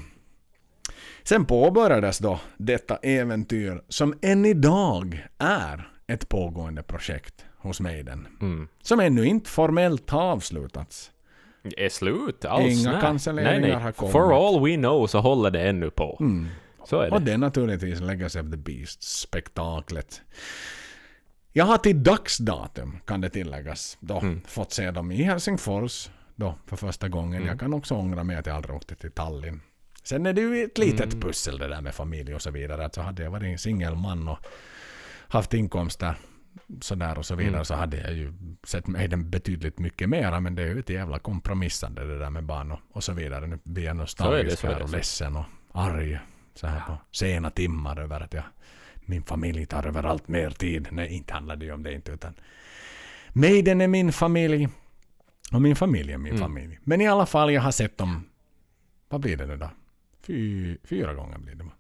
påbörjades då detta äventyr som än idag är ett pågående projekt hos Maiden. Som ännu inte formellt har avslutats.
Är slut alls?
Inga cancelleringar har kommit.
For all we know så håller det ännu på. Så är det.
Och det är naturligtvis Legacy of the Beast-spektaklet. Jag har till dagsdatum, kan det tilläggas, då fått se dem i Helsingfors då för första gången. Jag kan också ångra mig att jag aldrig åkte till Tallinn. Sen är det ju ett litet pussel det där med familj och så vidare. Alltså hade jag varit en singelman och haft inkomster sådär och så vidare så hade jag ju sett mig den betydligt mycket mera, men det är ju ett jävla kompromissande det där med barn och så vidare. Nu blir jag nostalgisk och ledsen och arg så här på sena timmar över att min familj tar över allt mer tid. Nej, inte handlar det ju om det inte, utan Maiden är min familj och min familj är min familj. Men i alla fall, jag har sett dem, vad blir det nu då? 4 gånger blir det.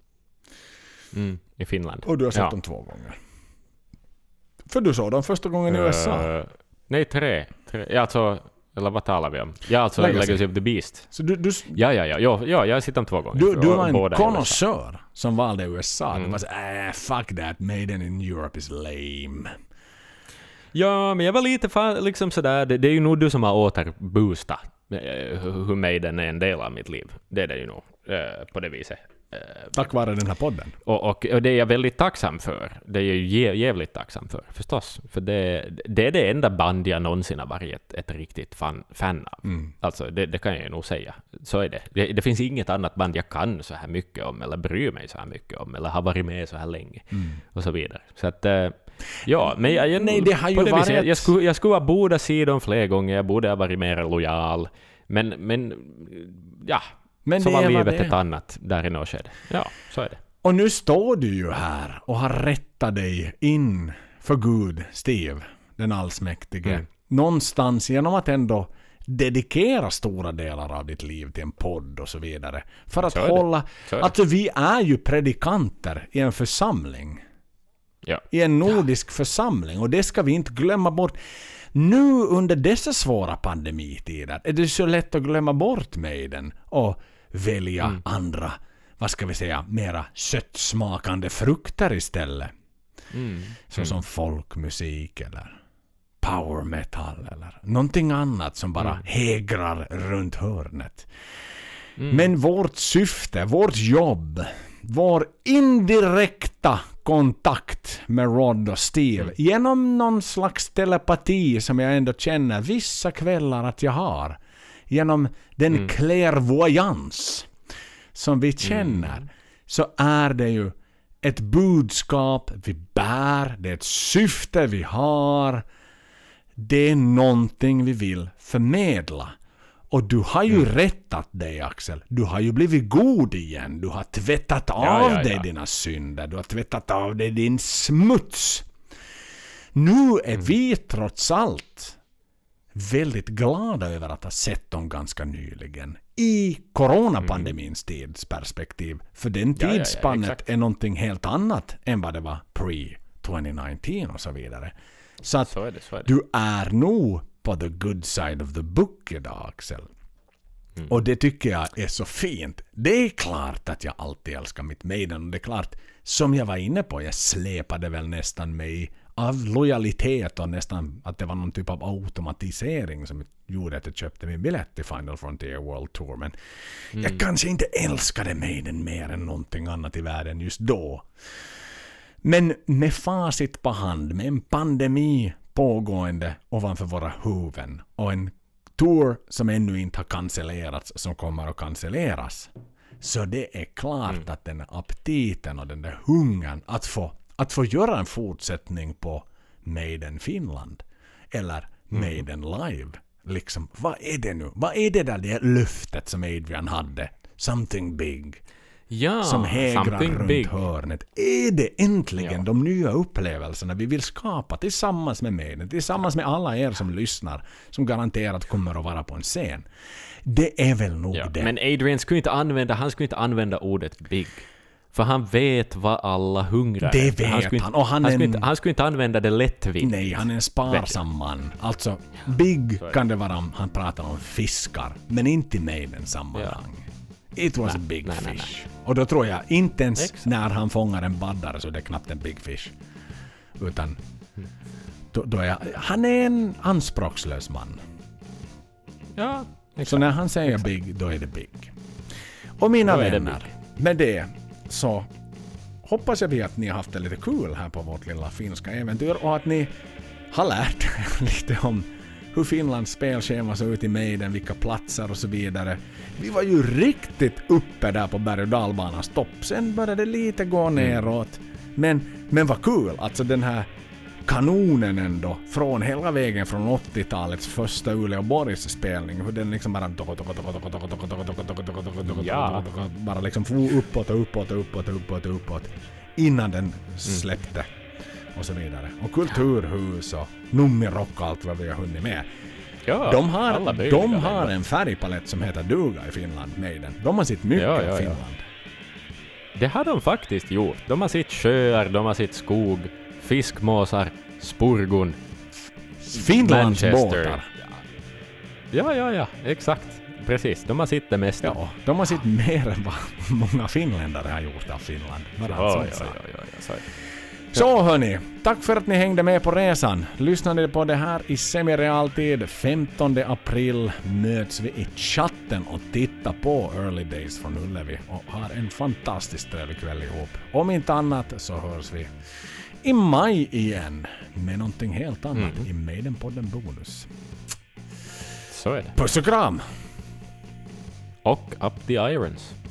I Finland.
Och du har sett dem 2 gånger. För du såg dem första gången i USA.
Nej, 3. Alltså, eller vad talar vi om? Ja, alltså Legacy of the Beast.
Så du
Ja, jag har sett dem 2 gånger.
Du var en konnässör som valde USA. Du var så fuck that, Maiden in Europe is lame.
Ja, men jag var lite liksom sådär, det är ju nog du som har återboostat hur Maiden är en del av mitt liv. Det är det ju nog på det viset.
Tack vare den här podden.
Och det är jag väldigt tacksam för. Det är jag ju jävligt tacksam för, förstås. För det är det enda band jag någonsin har varit ett riktigt fan av. Alltså, det kan jag ju nog säga. Så är det. Det finns inget annat band jag kan så här mycket om, eller bryr mig så här mycket om, eller har varit med så här länge. Och så vidare. Så att Ja, men
Nej, det har ju varit...
Jag skulle ha båda sidor fler gånger. Jag borde ha varit mer lojal. Men ja,
Men
så
det
var
är
livet
vad det
ett annat där i något skede. Ja, så är det.
Och nu står du ju här och har rättat dig in för Gud, Steve, den allsmäktige. Någonstans genom att ändå dedikera stora delar av ditt liv till en podd och så vidare. För att hålla... Alltså vi är ju predikanter i en församling.
Ja.
I en nordisk församling. Och det ska vi inte glömma bort. Nu under dessa svåra pandemitider är det så lätt att glömma bort Maiden och välja andra, vad ska vi säga, mera sötsmakande frukter istället. Som folkmusik eller power metal eller någonting annat som bara hägrar runt hörnet. Men vårt syfte, vårt jobb, vår indirekta kontakt med Rod och Steve genom någon slags telepati som jag ändå känner vissa kvällar att jag har, genom den clairvoyance som vi känner, så är det ju ett budskap vi bär, det är ett syfte vi har, det är någonting vi vill förmedla. Och du har ju rättat dig, Axel. Du har ju blivit god igen. Du har tvättat av dig dina synder. Du har tvättat av dig din smuts. Nu är vi trots allt väldigt glada över att ha sett dem ganska nyligen. I coronapandemins tidsperspektiv. För den tidsspannet är någonting helt annat än vad det var pre-2019 och så vidare. Så att
så är det.
du är nog på the good side of the book idag, Axel. Och det tycker jag är så fint. Det är klart att jag alltid älskar mitt Maiden. Och det är klart, som jag var inne på, jag släpade väl nästan mig av lojalitet och nästan att det var någon typ av automatisering som gjorde att jag köpte min biljett till Final Frontier World Tour. Men jag kanske inte älskade Maiden mer än någonting annat i världen just då. Men med facit på hand, med en pandemi pågående ovanför våra huvuden och en tour som ännu inte har cancellerats, som kommer att cancelleras, så det är klart att den aptiten och den där hungern att få göra en fortsättning på Maiden Finland eller Maiden Live, liksom, vad är det nu? Vad är det där det löftet som Adrian hade? Something big.
Ja,
som hägrar runt big. Hörnet. Är det äntligen de nya upplevelserna vi vill skapa tillsammans med Maiden, tillsammans med alla er som lyssnar, som garanterat kommer att vara på en scen? Det är väl nog det.
Men Adrian skulle inte använda ordet big. För han vet vad alla hungrar.
Det vet han. Och
han skulle inte använda det lättvindigt.
Nej, han är en sparsam man. Alltså, big kan det vara om han pratar om fiskar, men inte i Maiden sammanhang. Ja. It was a big fish. Nej. Och då tror jag inte ens när han fångar en baddare så det är knappt en big fish. Utan då är han är en anspråkslös man.
Ja, exakt.
Så när han säger big, då är det big. Och mina vänner, med det så hoppas jag att ni har haft det lite kul här på vårt lilla finska äventyr och att ni har lärt er lite om hur Finlands spelschema såg ut i Maiden, vilka platser och så vidare. Vi var ju riktigt uppe där på berg- och dalbanans topp. Sen började det lite gå neråt. Men vad kul, alltså den här kanonen ändå, från hela vägen från 80-talets första Uleåborgs spelning, hur den liksom bara bara liksom uppåt innan den släppte och så vidare. Och kulturhus och nummerrock och allt vad vi har hunnit med.
Ja,
de har en färgpalett som heter duga i Finland, Maiden. De har sitt mycket i Finland.
Det har de faktiskt gjort. De har sitt sjöar, de har sitt skog, fiskmåsar, spurgon,
Finlands båtar.
Ja, exakt. Precis, de har sitt det mesta.
Ja, de har sitt mer än vad många finländare har gjort av Finland. Så hörni, tack för att ni hängde med på resan. Lyssnade ni på det här i semirealtid 15 april möts vi i chatten och tittar på Early Days från Ullevi och har en fantastiskt trevlig kväll ihop. Om inte annat så hörs vi i maj igen med någonting helt annat i Maiden-podden bonus.
Så är det.
Puss och kram!
Och up the irons.